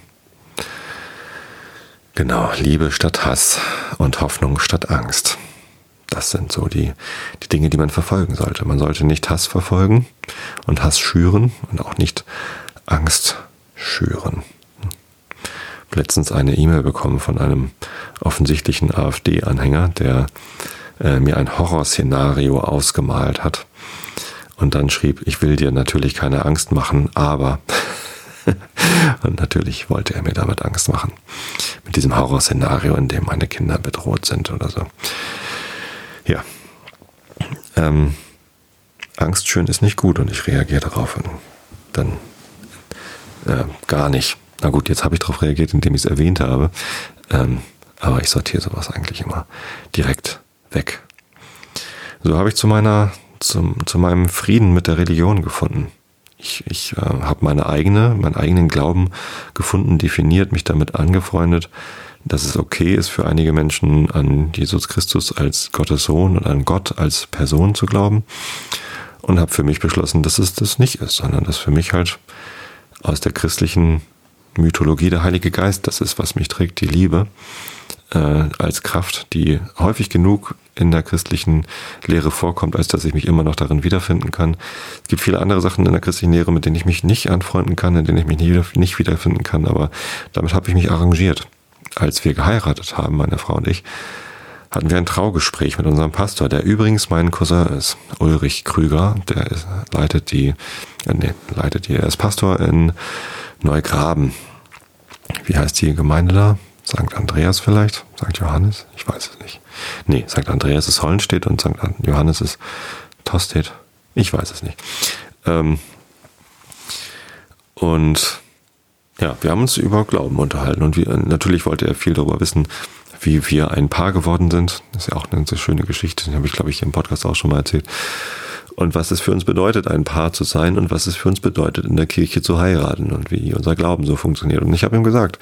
Genau, Liebe statt Hass und Hoffnung statt Angst. Das sind so die Dinge, die man verfolgen sollte. Man sollte nicht Hass verfolgen und Hass schüren und auch nicht Angst schüren. Ich habe letztens eine E-Mail bekommen von einem offensichtlichen AfD-Anhänger, der mir ein Horrorszenario ausgemalt hat und dann schrieb, ich will dir natürlich keine Angst machen, aber und natürlich wollte er mir damit Angst machen. Mit diesem Horrorszenario, in dem meine Kinder bedroht sind oder so. Ja. Angst schön ist nicht gut und ich reagiere darauf und dann gar nicht. Na gut, jetzt habe ich darauf reagiert, indem ich es erwähnt habe. Aber ich sortiere sowas eigentlich immer direkt weg. So habe ich zu meinem Frieden mit der Religion gefunden. Ich habe meinen eigenen Glauben gefunden, definiert, mich damit angefreundet, dass es okay ist für einige Menschen an Jesus Christus als Gottes Sohn und an Gott als Person zu glauben und habe für mich beschlossen, dass es das nicht ist, sondern dass für mich halt aus der christlichen Mythologie der Heilige Geist das ist, was mich trägt, die Liebe als Kraft, die häufig genug in der christlichen Lehre vorkommt, als dass ich mich immer noch darin wiederfinden kann. Es gibt viele andere Sachen in der christlichen Lehre, mit denen ich mich nicht anfreunden kann, in denen ich mich nicht wiederfinden kann, aber damit habe ich mich arrangiert. Als wir geheiratet haben, meine Frau und ich, hatten wir ein Traugespräch mit unserem Pastor, der übrigens mein Cousin ist, Ulrich Krüger, der ist Pastor in Neugraben. Wie heißt die Gemeinde da? St. Andreas vielleicht? St. Johannes? Ich weiß es nicht. Nee, St. Andreas ist Hollenstedt und St. Johannes ist Tostedt. Ich weiß es nicht. Und ja, wir haben uns über Glauben unterhalten und natürlich wollte er viel darüber wissen, wie wir ein Paar geworden sind. Das ist ja auch eine sehr schöne Geschichte, die habe ich, glaube ich, im Podcast auch schon mal erzählt. Und was es für uns bedeutet, ein Paar zu sein und was es für uns bedeutet, in der Kirche zu heiraten und wie unser Glauben so funktioniert. Und ich habe ihm gesagt,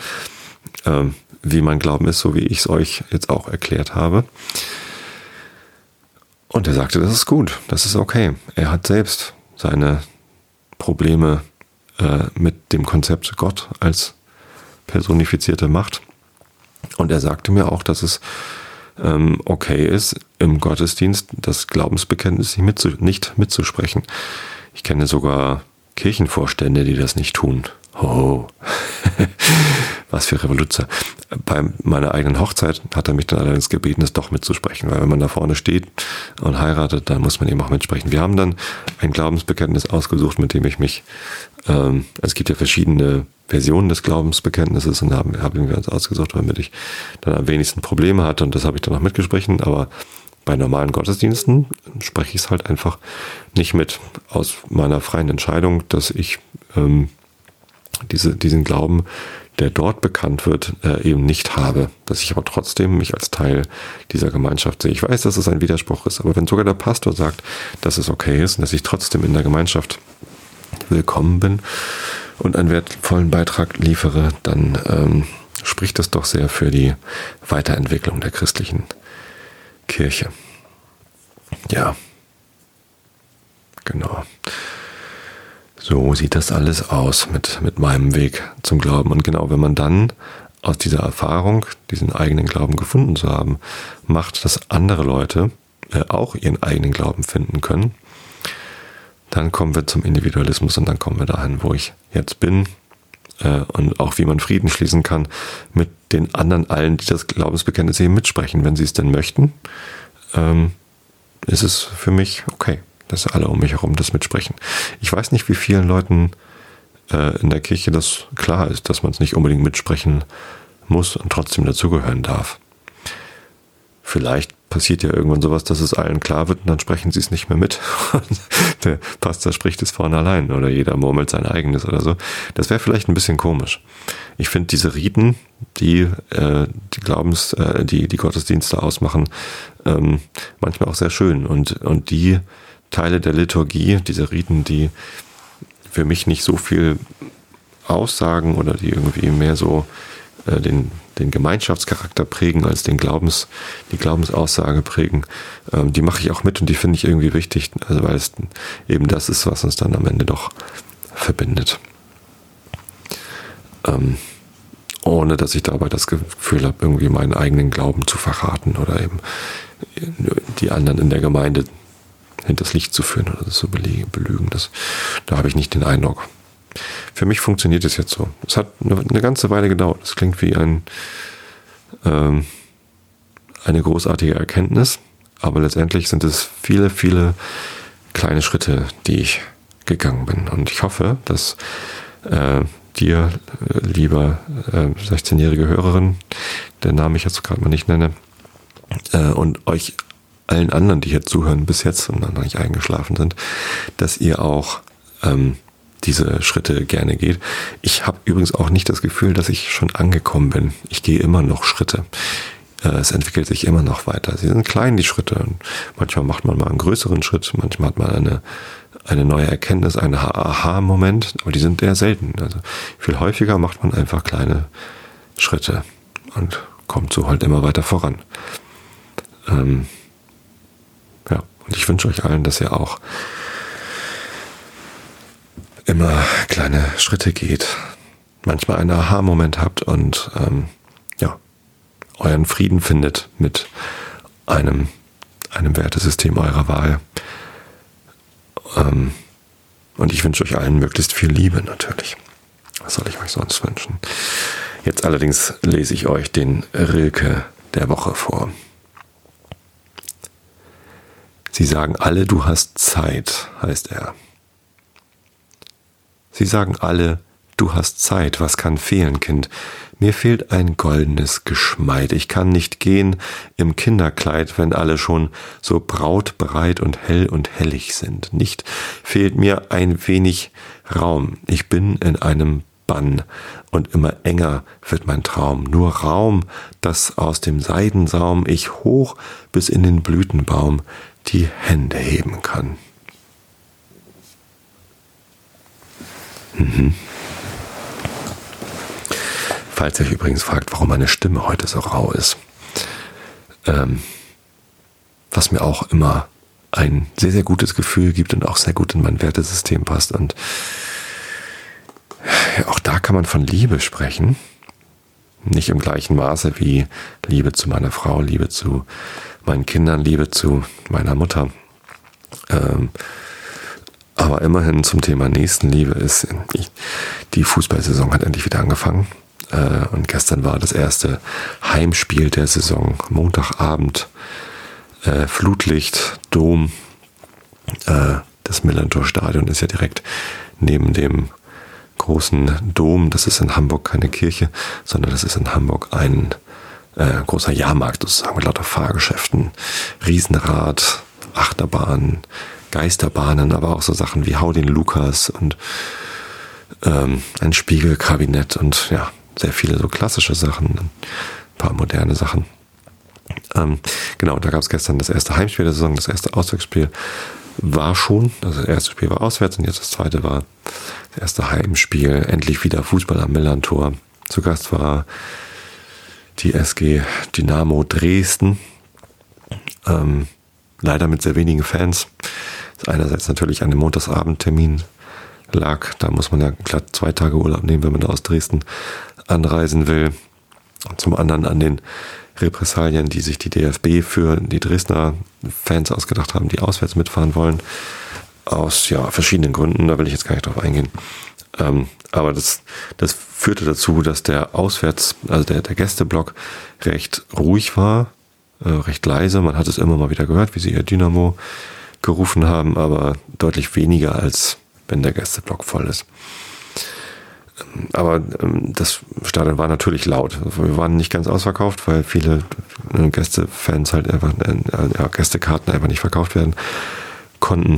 wie mein Glauben ist, so wie ich es euch jetzt auch erklärt habe. Und er sagte, das ist gut, das ist okay. Er hat selbst seine Probleme mit dem Konzept Gott als personifizierte Macht. Und er sagte mir auch, dass es okay ist, im Gottesdienst das Glaubensbekenntnis nicht mitzusprechen. Ich kenne sogar Kirchenvorstände, die das nicht tun. Oh, was für Revoluzer. Bei meiner eigenen Hochzeit hat er mich dann allerdings gebeten, es doch mitzusprechen, weil wenn man da vorne steht und heiratet, dann muss man eben auch mitsprechen. Wir haben dann ein Glaubensbekenntnis ausgesucht, mit dem ich mich, es gibt ja verschiedene Versionen des Glaubensbekenntnisses und haben wir uns ausgesucht, womit ich dann am wenigsten Probleme hatte und das habe ich dann auch mitgesprochen, aber bei normalen Gottesdiensten spreche ich es halt einfach nicht mit, aus meiner freien Entscheidung, dass ich diesen Glauben, der dort bekannt wird, eben nicht habe. Dass ich aber trotzdem mich als Teil dieser Gemeinschaft sehe. Ich weiß, dass es ein Widerspruch ist, aber wenn sogar der Pastor sagt, dass es okay ist und dass ich trotzdem in der Gemeinschaft willkommen bin und einen wertvollen Beitrag liefere, dann spricht das doch sehr für die Weiterentwicklung der christlichen Kirche. Ja, genau. So sieht das alles aus mit meinem Weg zum Glauben. Und genau, wenn man dann aus dieser Erfahrung, diesen eigenen Glauben gefunden zu haben, macht, dass andere Leute auch ihren eigenen Glauben finden können, dann kommen wir zum Individualismus und dann kommen wir dahin, wo ich jetzt bin und auch wie man Frieden schließen kann mit den anderen allen, die das Glaubensbekenntnis eben mitsprechen. Wenn sie es denn möchten, ist es für mich okay, dass alle um mich herum das mitsprechen. Ich weiß nicht, wie vielen Leuten in der Kirche das klar ist, dass man es nicht unbedingt mitsprechen muss und trotzdem dazugehören darf. Vielleicht passiert ja irgendwann sowas, dass es allen klar wird und dann sprechen sie es nicht mehr mit. Und der Pastor spricht es vorne allein oder jeder murmelt sein eigenes oder so. Das wäre vielleicht ein bisschen komisch. Ich finde diese Riten, die Gottesdienste ausmachen, manchmal auch sehr schön. Und die Teile der Liturgie, diese Riten, die für mich nicht so viel aussagen oder die irgendwie mehr so den Gemeinschaftscharakter prägen, als die Glaubensaussage prägen, die mache ich auch mit und die finde ich irgendwie wichtig, also weil es eben das ist, was uns dann am Ende doch verbindet. Ohne dass ich dabei das Gefühl habe, irgendwie meinen eigenen Glauben zu verraten oder eben die anderen in der Gemeinde hinters Licht zu führen oder zu belügen. Da habe ich nicht den Eindruck. Für mich funktioniert es jetzt so. Es hat eine ganze Weile gedauert. Es klingt wie eine großartige Erkenntnis, aber letztendlich sind es viele, viele kleine Schritte, die ich gegangen bin. Und ich hoffe, dass dir, lieber 16-jährige Hörerin, der Namen ich jetzt gerade mal nicht nenne, und euch allen anderen, die hier zuhören bis jetzt und dann noch nicht eingeschlafen sind, dass ihr auch diese Schritte gerne geht. Ich habe übrigens auch nicht das Gefühl, dass ich schon angekommen bin. Ich gehe immer noch Schritte. Es entwickelt sich immer noch weiter. Sie sind klein, die Schritte. Und manchmal macht man mal einen größeren Schritt, manchmal hat man eine neue Erkenntnis, einen Aha-Moment, aber die sind eher selten. Also viel häufiger macht man einfach kleine Schritte und kommt so halt immer weiter voran. Und ich wünsche euch allen, dass ihr auch immer kleine Schritte geht, manchmal einen Aha-Moment habt und euren Frieden findet mit einem Wertesystem eurer Wahl. Und ich wünsche euch allen möglichst viel Liebe natürlich. Was soll ich euch sonst wünschen? Jetzt allerdings lese ich euch den Rilke der Woche vor. Sie sagen alle, du hast Zeit, heißt er. Sie sagen alle, du hast Zeit, was kann fehlen, Kind? Mir fehlt ein goldenes Geschmeid. Ich kann nicht gehen im Kinderkleid, wenn alle schon so brautbereit und hell und hellig sind. Nicht fehlt mir ein wenig Raum. Ich bin in einem Bann und immer enger wird mein Traum. Nur Raum, dass aus dem Seidensaum ich hoch bis in den Blütenbaum die Hände heben kann. Falls ihr euch übrigens fragt, warum meine Stimme heute so rau ist. Was mir auch immer ein sehr, sehr gutes Gefühl gibt und auch sehr gut in mein Wertesystem passt. Und auch da kann man von Liebe sprechen. Nicht im gleichen Maße wie Liebe zu meiner Frau, Liebe zu meinen Kindern, Liebe zu meiner Mutter. Aber immerhin zum Thema Nächstenliebe ist, die Fußballsaison hat endlich wieder angefangen. Und gestern war das erste Heimspiel der Saison. Montagabend, Flutlicht, Dom. Das Millerntor-Stadion ist ja direkt neben dem großen Dom. Das ist in Hamburg keine Kirche, sondern das ist in Hamburg ein großer Jahrmarkt sozusagen mit lauter Fahrgeschäften, Riesenrad, Achterbahnen, Geisterbahnen, aber auch so Sachen wie Hau den Lukas und ein Spiegelkabinett und ja, sehr viele so klassische Sachen, ein paar moderne Sachen. Genau, da gab es gestern das erste Heimspiel der Saison, das erste Auswärtsspiel war schon, also das erste Spiel war auswärts und jetzt das zweite war das erste Heimspiel, endlich wieder Fußball am Millerntor. Zu Gast war die SG Dynamo Dresden, leider mit sehr wenigen Fans. Das einerseits natürlich an dem Montagsabendtermin lag, da muss man ja glatt 2 Tage Urlaub nehmen, wenn man da aus Dresden anreisen will. Und zum anderen an den Repressalien, die sich die DFB für die Dresdner Fans ausgedacht haben, die auswärts mitfahren wollen. Aus verschiedenen Gründen, da will ich jetzt gar nicht drauf eingehen. Aber das führte dazu, dass der der Gästeblock recht ruhig war, recht leise. Man hat es immer mal wieder gehört, wie sie ihr Dynamo gerufen haben, aber deutlich weniger, als wenn der Gästeblock voll ist. Aber das Stadion war natürlich laut. Wir waren nicht ganz ausverkauft, weil viele Gästefans halt einfach, Gästekarten einfach nicht verkauft werden konnten.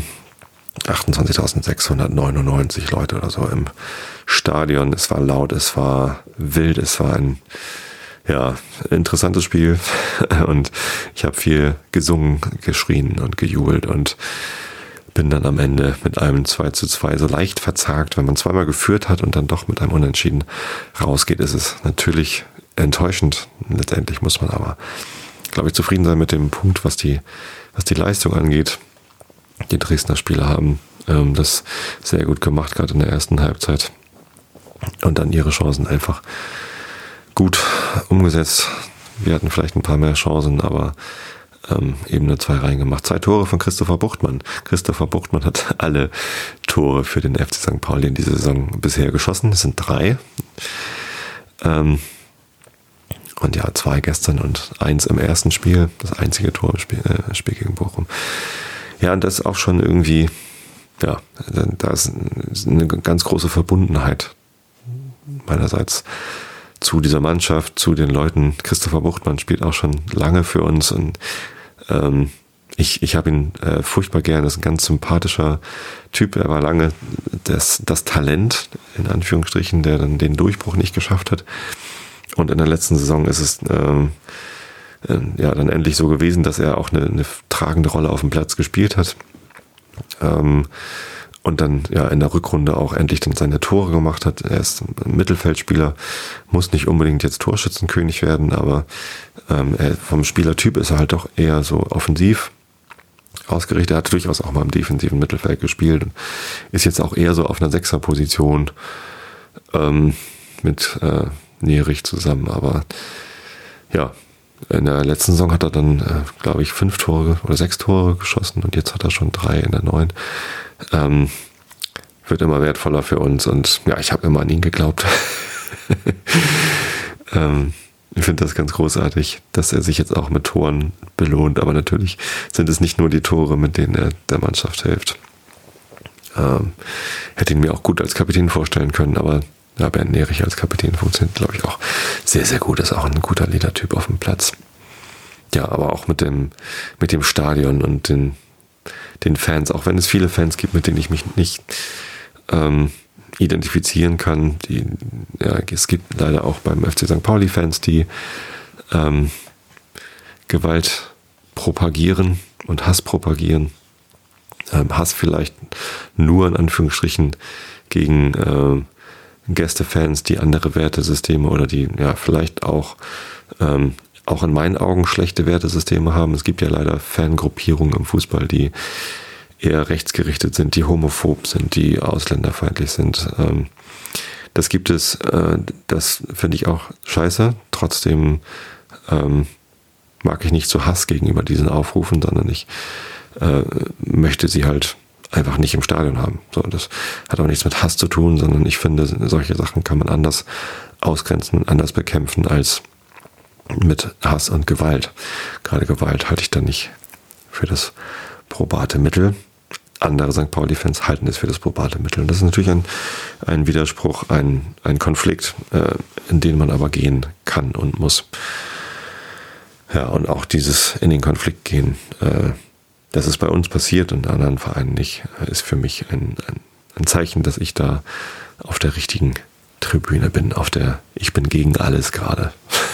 28.699 Leute oder so im Stadion. Es war laut, es war wild, es war ein interessantes Spiel und ich habe viel gesungen, geschrien und gejubelt und bin dann am Ende mit einem 2:2 so leicht verzagt. Wenn man zweimal geführt hat und dann doch mit einem Unentschieden rausgeht, ist es natürlich enttäuschend. Letztendlich muss man aber, glaube ich, zufrieden sein mit dem Punkt, was die Leistung angeht. Die Dresdner Spieler haben das sehr gut gemacht, gerade in der ersten Halbzeit. Und dann ihre Chancen einfach gut umgesetzt. Wir hatten vielleicht ein paar mehr Chancen, aber eben nur 2 reingemacht. 2 Tore von Christopher Buchtmann. Christopher Buchtmann hat alle Tore für den FC St. Pauli in dieser Saison bisher geschossen. Es sind 3. Und 2 gestern und 1 im ersten Spiel. Das einzige Tor im Spiel gegen Bochum. Ja, und das ist auch schon irgendwie, da ist eine ganz große Verbundenheit meinerseits zu dieser Mannschaft, zu den Leuten. Christopher Buchtmann spielt auch schon lange für uns und ich habe ihn furchtbar gern. Er ist ein ganz sympathischer Typ. Er war lange das Talent, in Anführungsstrichen, der dann den Durchbruch nicht geschafft hat. Und in der letzten Saison ist es dann endlich so gewesen, dass er auch eine tragende Rolle auf dem Platz gespielt hat. Und dann in der Rückrunde auch endlich dann seine Tore gemacht hat. Er ist ein Mittelfeldspieler, muss nicht unbedingt jetzt Torschützenkönig werden, aber vom Spielertyp ist er halt doch eher so offensiv ausgerichtet. Er hat durchaus auch mal im defensiven Mittelfeld gespielt und ist jetzt auch eher so auf einer 6er-Position mit Nierich zusammen. Aber in der letzten Saison hat er dann, glaube ich, 5 Tore oder 6 Tore geschossen und jetzt hat er schon 3 in der 9. Wird immer wertvoller für uns und ich habe immer an ihn geglaubt. Ich finde das ganz großartig, dass er sich jetzt auch mit Toren belohnt, aber natürlich sind es nicht nur die Tore, mit denen er der Mannschaft hilft. Hätte ihn mir auch gut als Kapitän vorstellen können, aber Bernd Nierich als Kapitän funktioniert, glaube ich, auch sehr, sehr gut. Ist auch ein guter Leadertyp auf dem Platz. Ja, aber auch mit dem Stadion und den Fans, auch wenn es viele Fans gibt, mit denen ich mich nicht identifizieren kann. Es gibt leider auch beim FC St. Pauli Fans, die Gewalt propagieren und Hass propagieren. Hass vielleicht nur in Anführungsstrichen gegen Gästefans, die andere Wertesysteme oder die vielleicht auch auch in meinen Augen schlechte Wertesysteme haben. Es gibt ja leider Fangruppierungen im Fußball, die eher rechtsgerichtet sind, die homophob sind, die ausländerfeindlich sind. Das gibt es, das finde ich auch scheiße. Trotzdem mag ich nicht so Hass gegenüber diesen Aufrufen, sondern ich möchte sie halt einfach nicht im Stadion haben. So, das hat auch nichts mit Hass zu tun, sondern ich finde, solche Sachen kann man anders ausgrenzen und anders bekämpfen als mit Hass und Gewalt. Gerade Gewalt halte ich da nicht für das probate Mittel. Andere St. Pauli-Fans halten es für das probate Mittel. Und das ist natürlich ein Widerspruch, ein Konflikt, in den man aber gehen kann und muss. Ja, und auch dieses in den Konflikt gehen, dass es bei uns passiert und in anderen Vereinen nicht, ist für mich ein Zeichen, dass ich da auf der richtigen Tribüne bin, ich bin gegen alles gerade.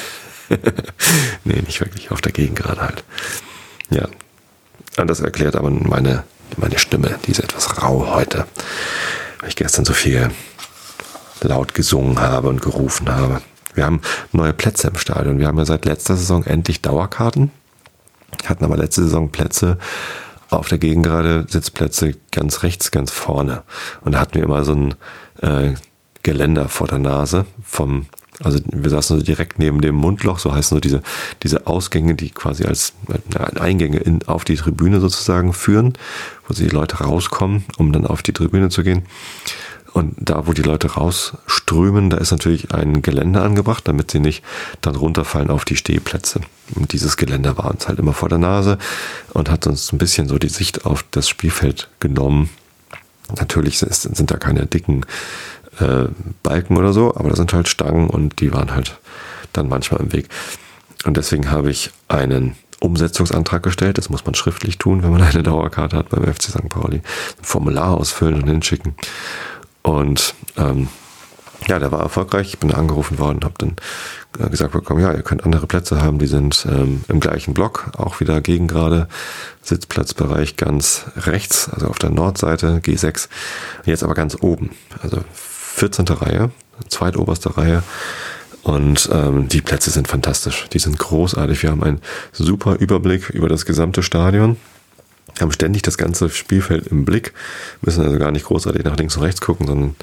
Nee, nicht wirklich, auf der Gegengrade halt. Ja, das erklärt aber meine Stimme, die ist etwas rau heute, weil ich gestern so viel laut gesungen habe und gerufen habe. Wir haben neue Plätze im Stadion. Wir haben ja seit letzter Saison endlich Dauerkarten, hatten aber letzte Saison Plätze auf der Gegengrade, Sitzplätze ganz rechts, ganz vorne. Und da hatten wir immer so ein Geländer vor der Nase also wir saßen so direkt neben dem Mundloch, so heißen so diese Ausgänge, die quasi als Eingänge auf die Tribüne sozusagen führen, wo die Leute rauskommen, um dann auf die Tribüne zu gehen. Und da, wo die Leute rausströmen, da ist natürlich ein Geländer angebracht, damit sie nicht dann runterfallen auf die Stehplätze. Und dieses Geländer war uns halt immer vor der Nase und hat uns ein bisschen so die Sicht auf das Spielfeld genommen. Natürlich sind da keine dicken Balken oder so, aber da sind halt Stangen und die waren halt dann manchmal im Weg. Und deswegen habe ich einen Umsetzungsantrag gestellt. Das muss man schriftlich tun, wenn man eine Dauerkarte hat beim FC St. Pauli. Ein Formular ausfüllen und hinschicken. Und der war erfolgreich. Ich bin angerufen worden und habe dann gesagt bekommen, ja, ihr könnt andere Plätze haben. Die sind im gleichen Block, auch wieder Gegengrade. Sitzplatzbereich ganz rechts, also auf der Nordseite, G6. Jetzt aber ganz oben, also 14. Reihe, zweitoberste Reihe. Und die Plätze sind fantastisch. Die sind großartig. Wir haben einen super Überblick über das gesamte Stadion. Wir haben ständig das ganze Spielfeld im Blick. Müssen also gar nicht großartig nach links und rechts gucken, sondern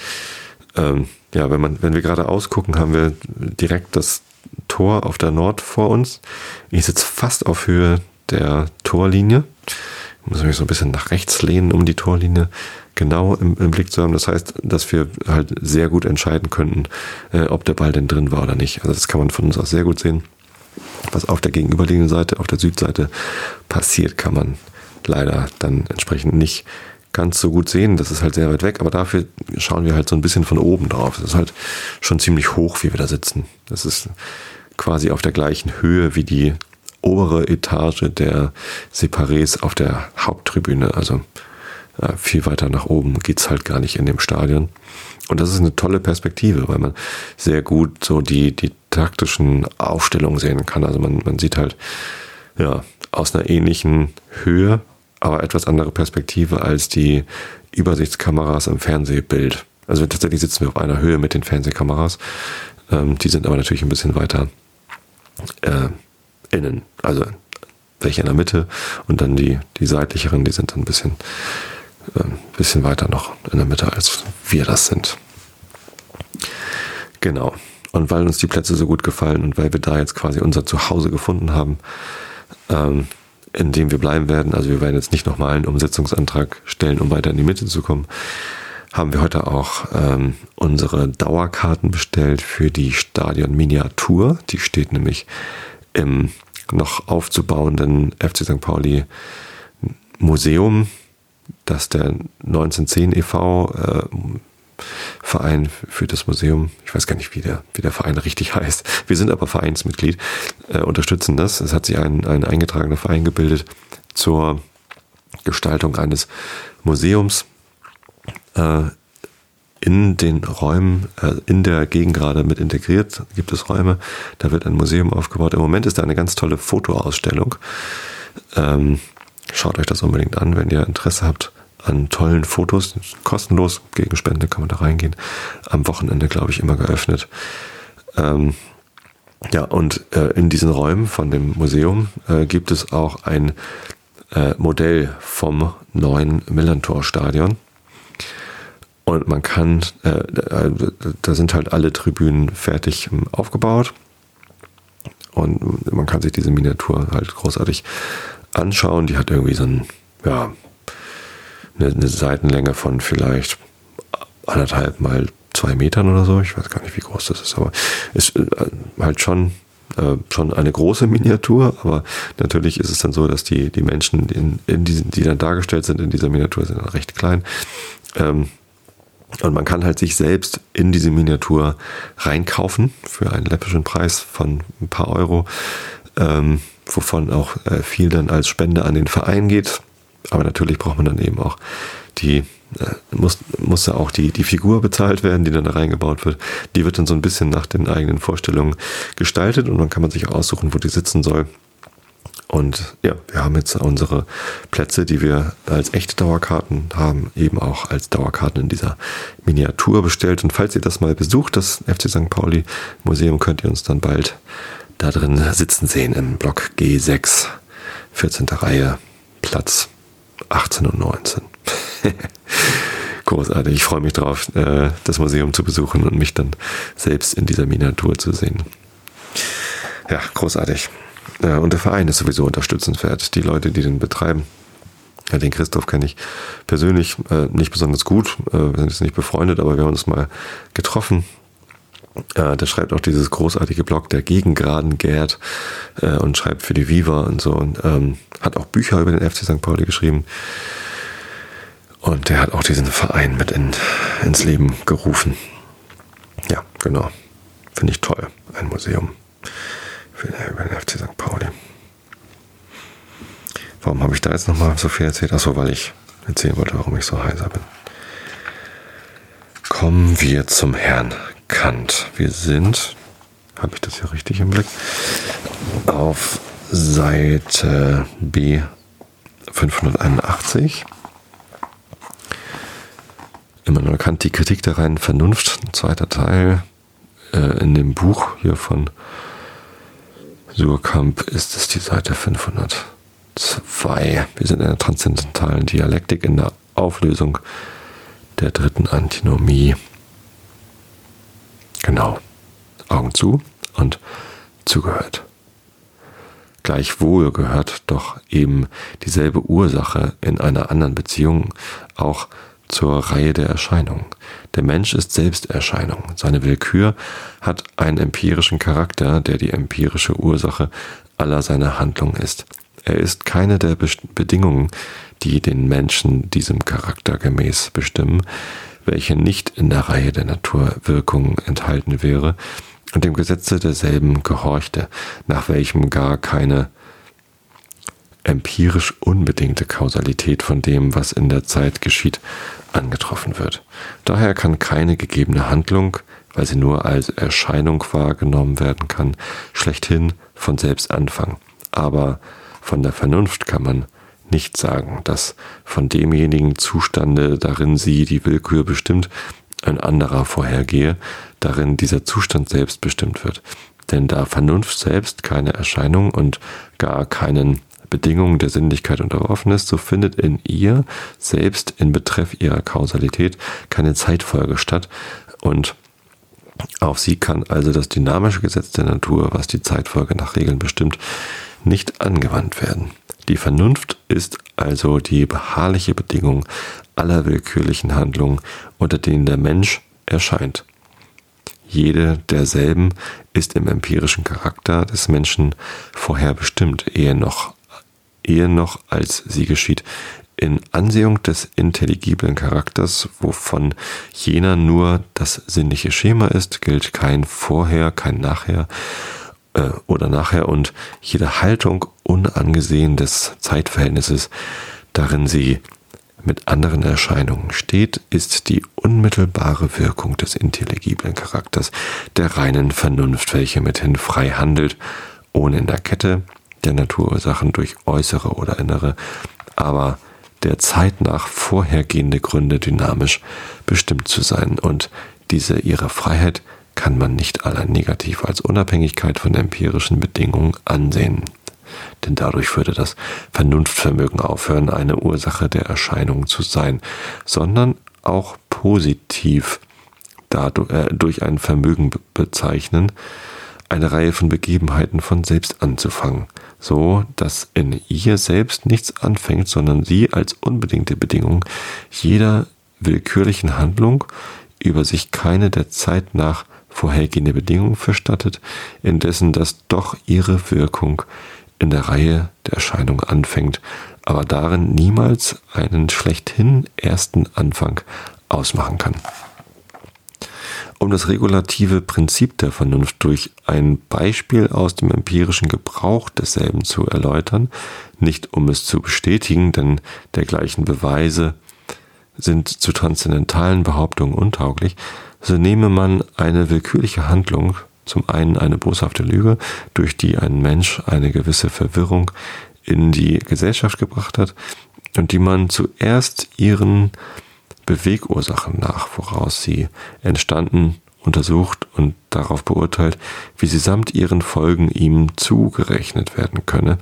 wenn wir gerade ausgucken, haben wir direkt das Tor auf der Nord vor uns. Ich sitze fast auf Höhe der Torlinie. Ich muss mich so ein bisschen nach rechts lehnen, um die Torlinie genau im Blick zu haben. Das heißt, dass wir halt sehr gut entscheiden könnten, ob der Ball denn drin war oder nicht. Also das kann man von uns aus sehr gut sehen. Was auf der gegenüberliegenden Seite, auf der Südseite passiert, kann man leider dann entsprechend nicht ganz so gut sehen. Das ist halt sehr weit weg, aber dafür schauen wir halt so ein bisschen von oben drauf. Das ist halt schon ziemlich hoch, wie wir da sitzen. Das ist quasi auf der gleichen Höhe wie die obere Etage der Separés auf der Haupttribüne. Also viel weiter nach oben geht's halt gar nicht in dem Stadion. Und das ist eine tolle Perspektive, weil man sehr gut so die taktischen Aufstellungen sehen kann. Also man sieht halt aus einer ähnlichen Höhe, aber etwas andere Perspektive als die Übersichtskameras im Fernsehbild. Also tatsächlich sitzen wir auf einer Höhe mit den Fernsehkameras. Die sind aber natürlich ein bisschen weiter innen. Also welche in der Mitte und dann die seitlicheren, die sind dann ein bisschen weiter noch in der Mitte, als wir das sind. Genau. Und weil uns die Plätze so gut gefallen und weil wir da jetzt quasi unser Zuhause gefunden haben, in dem wir bleiben werden, also wir werden jetzt nicht nochmal einen Umsetzungsantrag stellen, um weiter in die Mitte zu kommen, haben wir heute auch unsere Dauerkarten bestellt für die Stadion-Miniatur. Die steht nämlich im noch aufzubauenden FC St. Pauli Museum, das der 1910 e.V. Verein für das Museum, ich weiß gar nicht, wie der Verein richtig heißt. Wir sind aber Vereinsmitglied, unterstützen das. Es hat sich ein eingetragener Verein gebildet zur Gestaltung eines Museums in den Räumen, in der Gegengrade mit integriert, gibt es Räume, da wird ein Museum aufgebaut. Im Moment ist da eine ganz tolle Fotoausstellung. Schaut euch das unbedingt an, wenn ihr Interesse habt an tollen Fotos. Kostenlos, gegen Spende kann man da reingehen. Am Wochenende, glaube ich, immer geöffnet. Ja, und in diesen Räumen von dem Museum gibt es auch ein Modell vom neuen Millerntor-Stadion. Und man kann, da sind halt alle Tribünen fertig aufgebaut. Und man kann sich diese Miniatur halt großartig anschauen. Die hat irgendwie so eine Seitenlänge von vielleicht 1,5 mal 2 Metern oder so. Ich weiß gar nicht, wie groß das ist, aber ist halt schon eine große Miniatur. Aber natürlich ist es dann so, dass die Menschen, die dann dargestellt sind in dieser Miniatur, sind dann recht klein. Und man kann halt sich selbst in diese Miniatur reinkaufen für einen läppischen Preis von ein paar Euro, wovon auch viel dann als Spende an den Verein geht. Aber natürlich braucht man dann eben auch muss ja auch die Figur bezahlt werden, die dann da reingebaut wird. Die wird dann so ein bisschen nach den eigenen Vorstellungen gestaltet und dann kann man sich auch aussuchen, wo die sitzen soll. Und ja, wir haben jetzt unsere Plätze, die wir als echte Dauerkarten haben, eben auch als Dauerkarten in dieser Miniatur bestellt. Und falls ihr das mal besucht, das FC St. Pauli Museum, könnt ihr uns dann bald da drin sitzen sehen im Block G6, 14. Reihe, Platz 18 und 19. Großartig, ich freue mich drauf, das Museum zu besuchen und mich dann selbst in dieser Miniatur zu sehen. Ja, großartig. Und der Verein ist sowieso unterstützenswert. Die Leute, die den betreiben, den Christoph kenne ich persönlich nicht besonders gut. Wir sind jetzt nicht befreundet, aber wir haben uns mal getroffen. Der schreibt auch dieses großartige Blog, der Gegengraden Gerd, und schreibt für die Viva und so. Und hat auch Bücher über den FC St. Pauli geschrieben. Und der hat auch diesen Verein mit ins Leben gerufen. Ja, genau. Finde ich toll. Ein Museum über den FC St. Pauli. Warum habe ich da jetzt nochmal so viel erzählt? Achso, weil ich erzählen wollte, warum ich so heiser bin. Kommen wir zum Herrn Kant. Wir sind, habe ich das hier richtig im Blick, auf Seite B 581. Immanuel Kant, die Kritik der reinen Vernunft, ein zweiter Teil in dem Buch hier von Suhrkamp ist es die Seite 502. Wir sind in der transzendentalen Dialektik in der Auflösung der dritten Antinomie. Genau. Augen zu und zugehört. Gleichwohl gehört doch eben dieselbe Ursache in einer anderen Beziehung auch zur Reihe der Erscheinungen. Der Mensch ist Selbsterscheinung. Seine Willkür hat einen empirischen Charakter, der die empirische Ursache aller seiner Handlungen ist. Er ist keine der Bedingungen, die den Menschen diesem Charakter gemäß bestimmen, welche nicht in der Reihe der Naturwirkungen enthalten wäre und dem Gesetze derselben gehorchte, nach welchem gar keine empirisch unbedingte Kausalität von dem, was in der Zeit geschieht, angetroffen wird. Daher kann keine gegebene Handlung, weil sie nur als Erscheinung wahrgenommen werden kann, schlechthin von selbst anfangen. Aber von der Vernunft kann man nicht sagen, dass von demjenigen Zustande, darin sie die Willkür bestimmt, ein anderer vorhergehe, darin dieser Zustand selbst bestimmt wird. Denn da Vernunft selbst keine Erscheinung und gar keinen Bedingungen der Sinnlichkeit unterworfen ist, so findet in ihr selbst in Betreff ihrer Kausalität keine Zeitfolge statt und auf sie kann also das dynamische Gesetz der Natur, was die Zeitfolge nach Regeln bestimmt, nicht angewandt werden. Die Vernunft ist also die beharrliche Bedingung aller willkürlichen Handlungen, unter denen der Mensch erscheint. Jede derselben ist im empirischen Charakter des Menschen vorher bestimmt, ehe noch als sie geschieht. In Ansehung des intelligiblen Charakters, wovon jener nur das sinnliche Schema ist, gilt kein Vorher, kein Nachher oder Nachher und jede Haltung unangesehen des Zeitverhältnisses, darin sie mit anderen Erscheinungen steht, ist die unmittelbare Wirkung des intelligiblen Charakters der reinen Vernunft, welche mithin frei handelt, ohne in der Kette der Naturursachen durch äußere oder innere, aber der Zeit nach vorhergehende Gründe dynamisch bestimmt zu sein und diese ihre Freiheit kann man nicht allein negativ als Unabhängigkeit von empirischen Bedingungen ansehen. Denn dadurch würde das Vernunftvermögen aufhören, eine Ursache der Erscheinungen zu sein, sondern auch positiv durch ein Vermögen bezeichnen, eine Reihe von Begebenheiten von selbst anzufangen, so dass in ihr selbst nichts anfängt, sondern sie als unbedingte Bedingung jeder willkürlichen Handlung über sich keine der Zeit nach vorhergehende Bedingung verstattet, indessen das doch ihre Wirkung in der Reihe der Erscheinung anfängt, aber darin niemals einen schlechthin ersten Anfang ausmachen kann. Um das regulative Prinzip der Vernunft durch ein Beispiel aus dem empirischen Gebrauch desselben zu erläutern, nicht um es zu bestätigen, denn dergleichen Beweise sind zu transzendentalen Behauptungen untauglich, so nehme man eine willkürliche Handlung, zum einen eine boshafte Lüge, durch die ein Mensch eine gewisse Verwirrung in die Gesellschaft gebracht hat und die man zuerst ihren Bewegursachen nach, woraus sie entstanden, untersucht und darauf beurteilt, wie sie samt ihren Folgen ihm zugerechnet werden könne.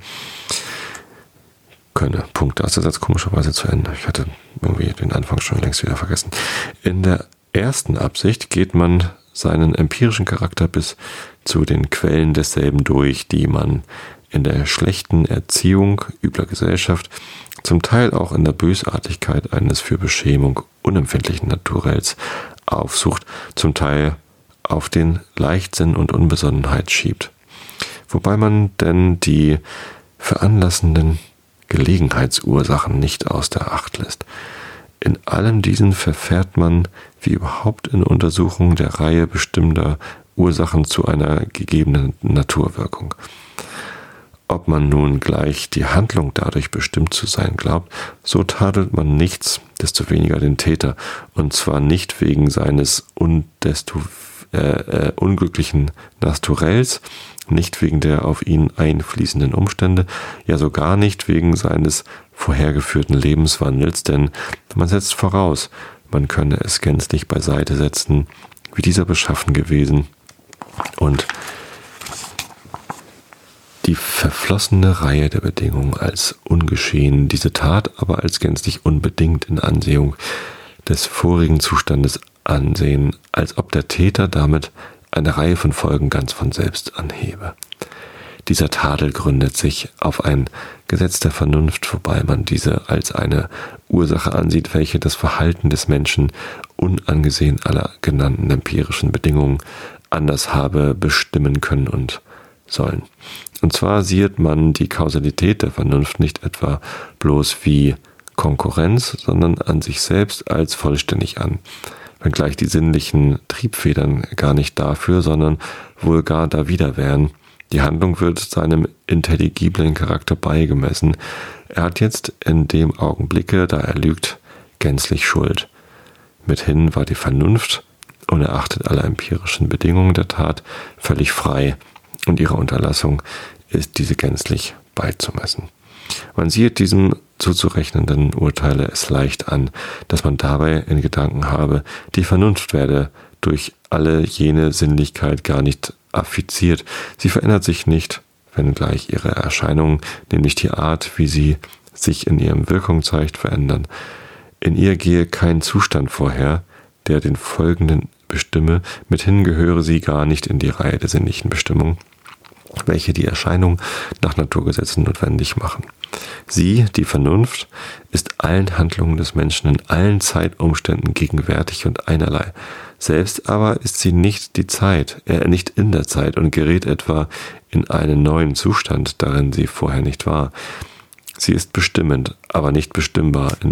Punkt. Da ist der Satz komischerweise zu Ende. Ich hatte irgendwie den Anfang schon längst wieder vergessen. In der ersten Absicht geht man seinen empirischen Charakter bis zu den Quellen desselben durch, die man in der schlechten Erziehung übler Gesellschaft, zum Teil auch in der Bösartigkeit eines für Beschämung unempfindlichen Naturells aufsucht, zum Teil auf den Leichtsinn und Unbesonnenheit schiebt. Wobei man denn die veranlassenden Gelegenheitsursachen nicht aus der Acht lässt. In allem diesen verfährt man, wie überhaupt in Untersuchungen der Reihe bestimmter Ursachen, zu einer gegebenen Naturwirkung. Ob man nun gleich die Handlung dadurch bestimmt zu sein glaubt, so tadelt man nichts, desto weniger den Täter, und zwar nicht wegen seines unglücklichen Naturells, nicht wegen der auf ihn einfließenden Umstände, ja sogar nicht wegen seines vorhergeführten Lebenswandels, denn man setzt voraus, man könne es gänzlich beiseite setzen, wie dieser beschaffen gewesen, und die verflossene Reihe der Bedingungen als ungeschehen, diese Tat aber als gänzlich unbedingt in Ansehung des vorigen Zustandes ansehen, als ob der Täter damit eine Reihe von Folgen ganz von selbst anhebe. Dieser Tadel gründet sich auf ein Gesetz der Vernunft, wobei man diese als eine Ursache ansieht, welche das Verhalten des Menschen unangesehen aller genannten empirischen Bedingungen anders habe bestimmen können und sollen. Und zwar sieht man die Kausalität der Vernunft nicht etwa bloß wie Konkurrenz, sondern an sich selbst als vollständig an, wenngleich die sinnlichen Triebfedern gar nicht dafür, sondern wohl gar dawider wären. Die Handlung wird seinem intelligiblen Charakter beigemessen. Er hat jetzt in dem Augenblicke, da er lügt, gänzlich Schuld. Mithin war die Vernunft, unerachtet aller empirischen Bedingungen der Tat, völlig frei, und ihre Unterlassung ist diese gänzlich beizumessen. Man sieht diesem zuzurechnenden Urteile es leicht an, dass man dabei in Gedanken habe, die Vernunft werde durch alle jene Sinnlichkeit gar nicht affiziert. Sie verändert sich nicht, wenngleich ihre Erscheinungen, nämlich die Art, wie sie sich in ihrem Wirkung zeigt, verändern. In ihr gehe kein Zustand vorher, der den folgenden bestimme, mithin gehöre sie gar nicht in die Reihe der sinnlichen Bestimmung, welche die Erscheinung nach Naturgesetzen notwendig machen. Sie, die Vernunft, ist allen Handlungen des Menschen in allen Zeitumständen gegenwärtig und einerlei. Selbst aber ist sie nicht die Zeit, nicht in der Zeit und gerät etwa in einen neuen Zustand, darin sie vorher nicht war. Sie ist bestimmend, aber nicht bestimmbar in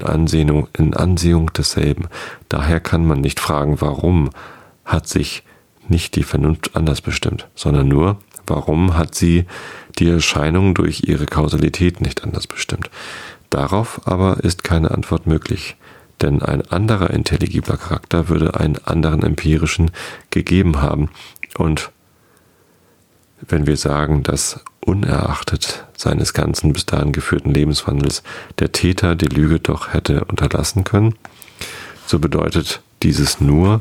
Ansehung desselben. Daher kann man nicht fragen, warum hat sich nicht die Vernunft anders bestimmt, sondern nur, warum hat sie die Erscheinung durch ihre Kausalität nicht anders bestimmt. Darauf aber ist keine Antwort möglich, denn ein anderer intelligibler Charakter würde einen anderen empirischen gegeben haben. Und wenn wir sagen, dass unerachtet seines ganzen bis dahin geführten Lebenswandels der Täter die Lüge doch hätte unterlassen können, so bedeutet dieses nur,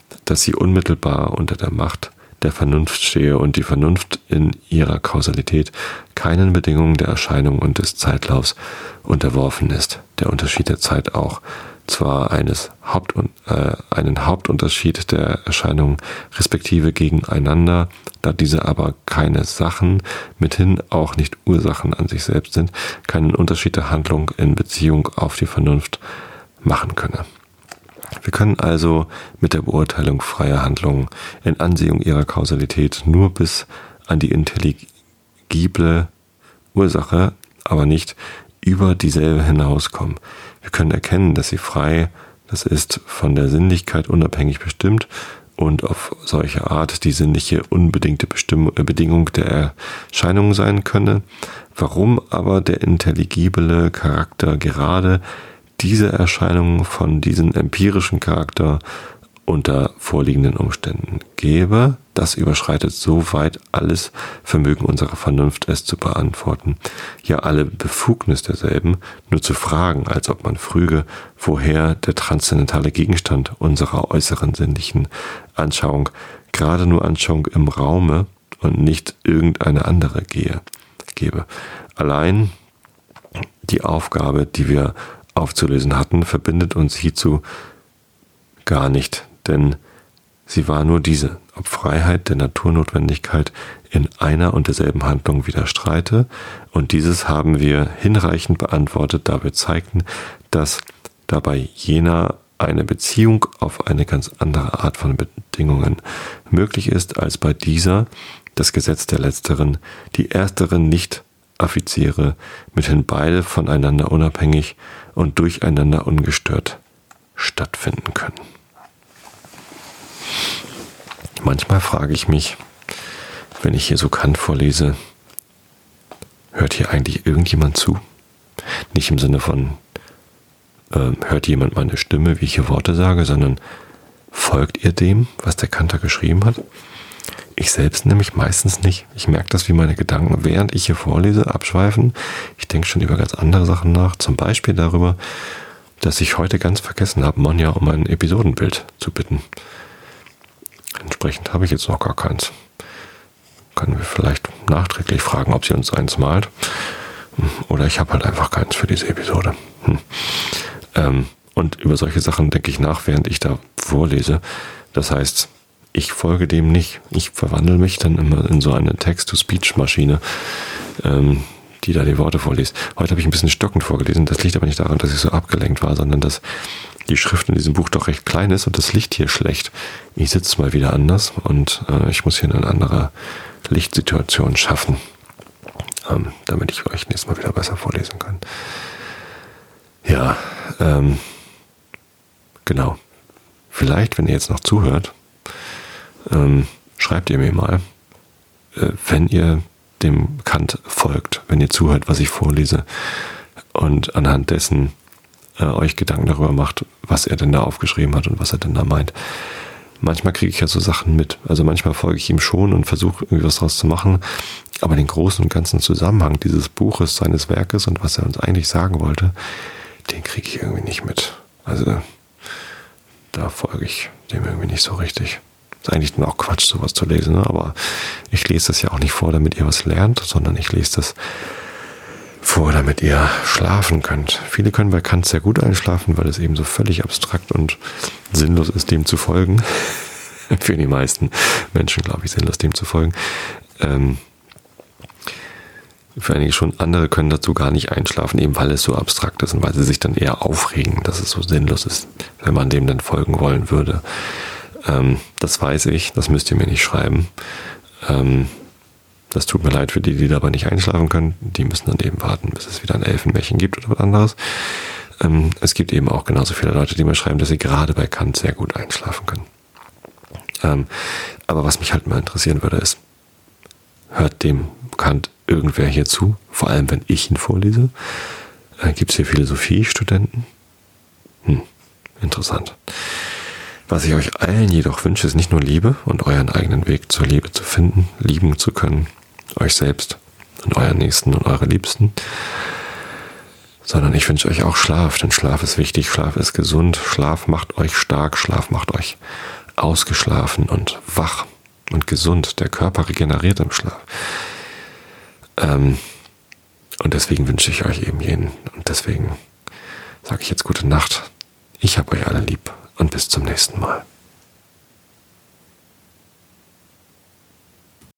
dass sie unmittelbar unter der Macht der Vernunft stehe und die Vernunft in ihrer Kausalität keinen Bedingungen der Erscheinung und des Zeitlaufs unterworfen ist. Der Unterschied der Zeit auch. Zwar einen Hauptunterschied der Erscheinungen respektive gegeneinander, da diese aber keine Sachen, mithin auch nicht Ursachen an sich selbst sind, keinen Unterschied der Handlung in Beziehung auf die Vernunft machen könne. Wir können also mit der Beurteilung freier Handlungen in Ansehung ihrer Kausalität nur bis an die intelligible Ursache, aber nicht über dieselbe hinauskommen. Wir können erkennen, dass sie frei, das ist von der Sinnlichkeit unabhängig bestimmt und auf solche Art die sinnliche unbedingte Bedingung der Erscheinung sein könne. Warum aber der intelligible Charakter gerade diese Erscheinungen von diesem empirischen Charakter unter vorliegenden Umständen gebe, das überschreitet so weit alles Vermögen unserer Vernunft, es zu beantworten, ja alle Befugnis derselben, nur zu fragen, als ob man früge, woher der transzendentale Gegenstand unserer äußeren sinnlichen Anschauung, gerade nur Anschauung im Raume und nicht irgendeine andere gebe. Allein die Aufgabe, die wir aufzulösen hatten, verbindet uns hierzu gar nicht, denn sie war nur diese, ob Freiheit der Naturnotwendigkeit in einer und derselben Handlung widerstreite, und dieses haben wir hinreichend beantwortet, da wir zeigten, dass dabei jener eine Beziehung auf eine ganz andere Art von Bedingungen möglich ist, als bei dieser das Gesetz der Letzteren, die Ersteren nicht affiziere, mithin beide voneinander unabhängig und durcheinander ungestört stattfinden können. Manchmal frage ich mich, wenn ich hier so Kant vorlese, hört hier eigentlich irgendjemand zu? Nicht im Sinne von, hört jemand meine Stimme, wie ich hier Worte sage, sondern folgt ihr dem, was der Kanter geschrieben hat? Ich selbst nämlich meistens nicht. Ich merke das, wie meine Gedanken, während ich hier vorlese, abschweifen. Ich denke schon über ganz andere Sachen nach. Zum Beispiel darüber, dass ich heute ganz vergessen habe, Monja um ein Episodenbild zu bitten. Entsprechend habe ich jetzt noch gar keins. Können wir vielleicht nachträglich fragen, ob sie uns eins malt. Oder ich habe halt einfach keins für diese Episode. Und über solche Sachen denke ich nach, während ich da vorlese. Das heißt, ich folge dem nicht. Ich verwandle mich dann immer in so eine Text-to-Speech-Maschine, die da die Worte vorliest. Heute habe ich ein bisschen stockend vorgelesen. Das liegt aber nicht daran, dass ich so abgelenkt war, sondern dass die Schrift in diesem Buch doch recht klein ist und das Licht hier schlecht. Ich sitze mal wieder anders und ich muss hier eine andere Lichtsituation schaffen, damit ich euch nächstes Mal wieder besser vorlesen kann. Ja, genau. Vielleicht, wenn ihr jetzt noch zuhört, schreibt ihr mir mal, wenn ihr dem Kant folgt, wenn ihr zuhört, was ich vorlese und anhand dessen euch Gedanken darüber macht, was er denn da aufgeschrieben hat und was er denn da meint. Manchmal kriege ich ja so Sachen mit. Also manchmal folge ich ihm schon und versuche irgendwie was draus zu machen, aber den großen und ganzen Zusammenhang dieses Buches, seines Werkes und was er uns eigentlich sagen wollte, den kriege ich irgendwie nicht mit. Also da folge ich dem irgendwie nicht so richtig. Ist eigentlich dann auch Quatsch, sowas zu lesen, ne? Aber ich lese das ja auch nicht vor, damit ihr was lernt, sondern ich lese das vor, damit ihr schlafen könnt. Viele können bei Kant sehr gut einschlafen, weil es eben so völlig abstrakt und sinnlos ist, dem zu folgen. Für die meisten Menschen, glaube ich, sinnlos, dem zu folgen. Für einige schon. Andere können dazu gar nicht einschlafen, eben weil es so abstrakt ist und weil sie sich dann eher aufregen, dass es so sinnlos ist, wenn man dem dann folgen wollen würde. Das weiß ich, das müsst ihr mir nicht schreiben. Das tut mir leid für die, die dabei nicht einschlafen können. Die müssen dann eben warten, bis es wieder ein Elfenmärchen gibt oder was anderes. Es gibt eben auch genauso viele Leute, die mir schreiben, dass sie gerade bei Kant sehr gut einschlafen können. Aber was mich halt mal interessieren würde, ist, hört dem Kant irgendwer hier zu? Vor allem, wenn ich ihn vorlese. Gibt es hier Philosophiestudenten? Interessant. Was ich euch allen jedoch wünsche, ist nicht nur Liebe und euren eigenen Weg zur Liebe zu finden, lieben zu können, euch selbst und euren Nächsten und eure Liebsten, sondern ich wünsche euch auch Schlaf, denn Schlaf ist wichtig, Schlaf ist gesund, Schlaf macht euch stark, Schlaf macht euch ausgeschlafen und wach und gesund. Der Körper regeneriert im Schlaf. Und deswegen wünsche ich euch eben jenen. Und deswegen sage ich jetzt gute Nacht. Ich habe euch alle lieb und bis zum nächsten Mal.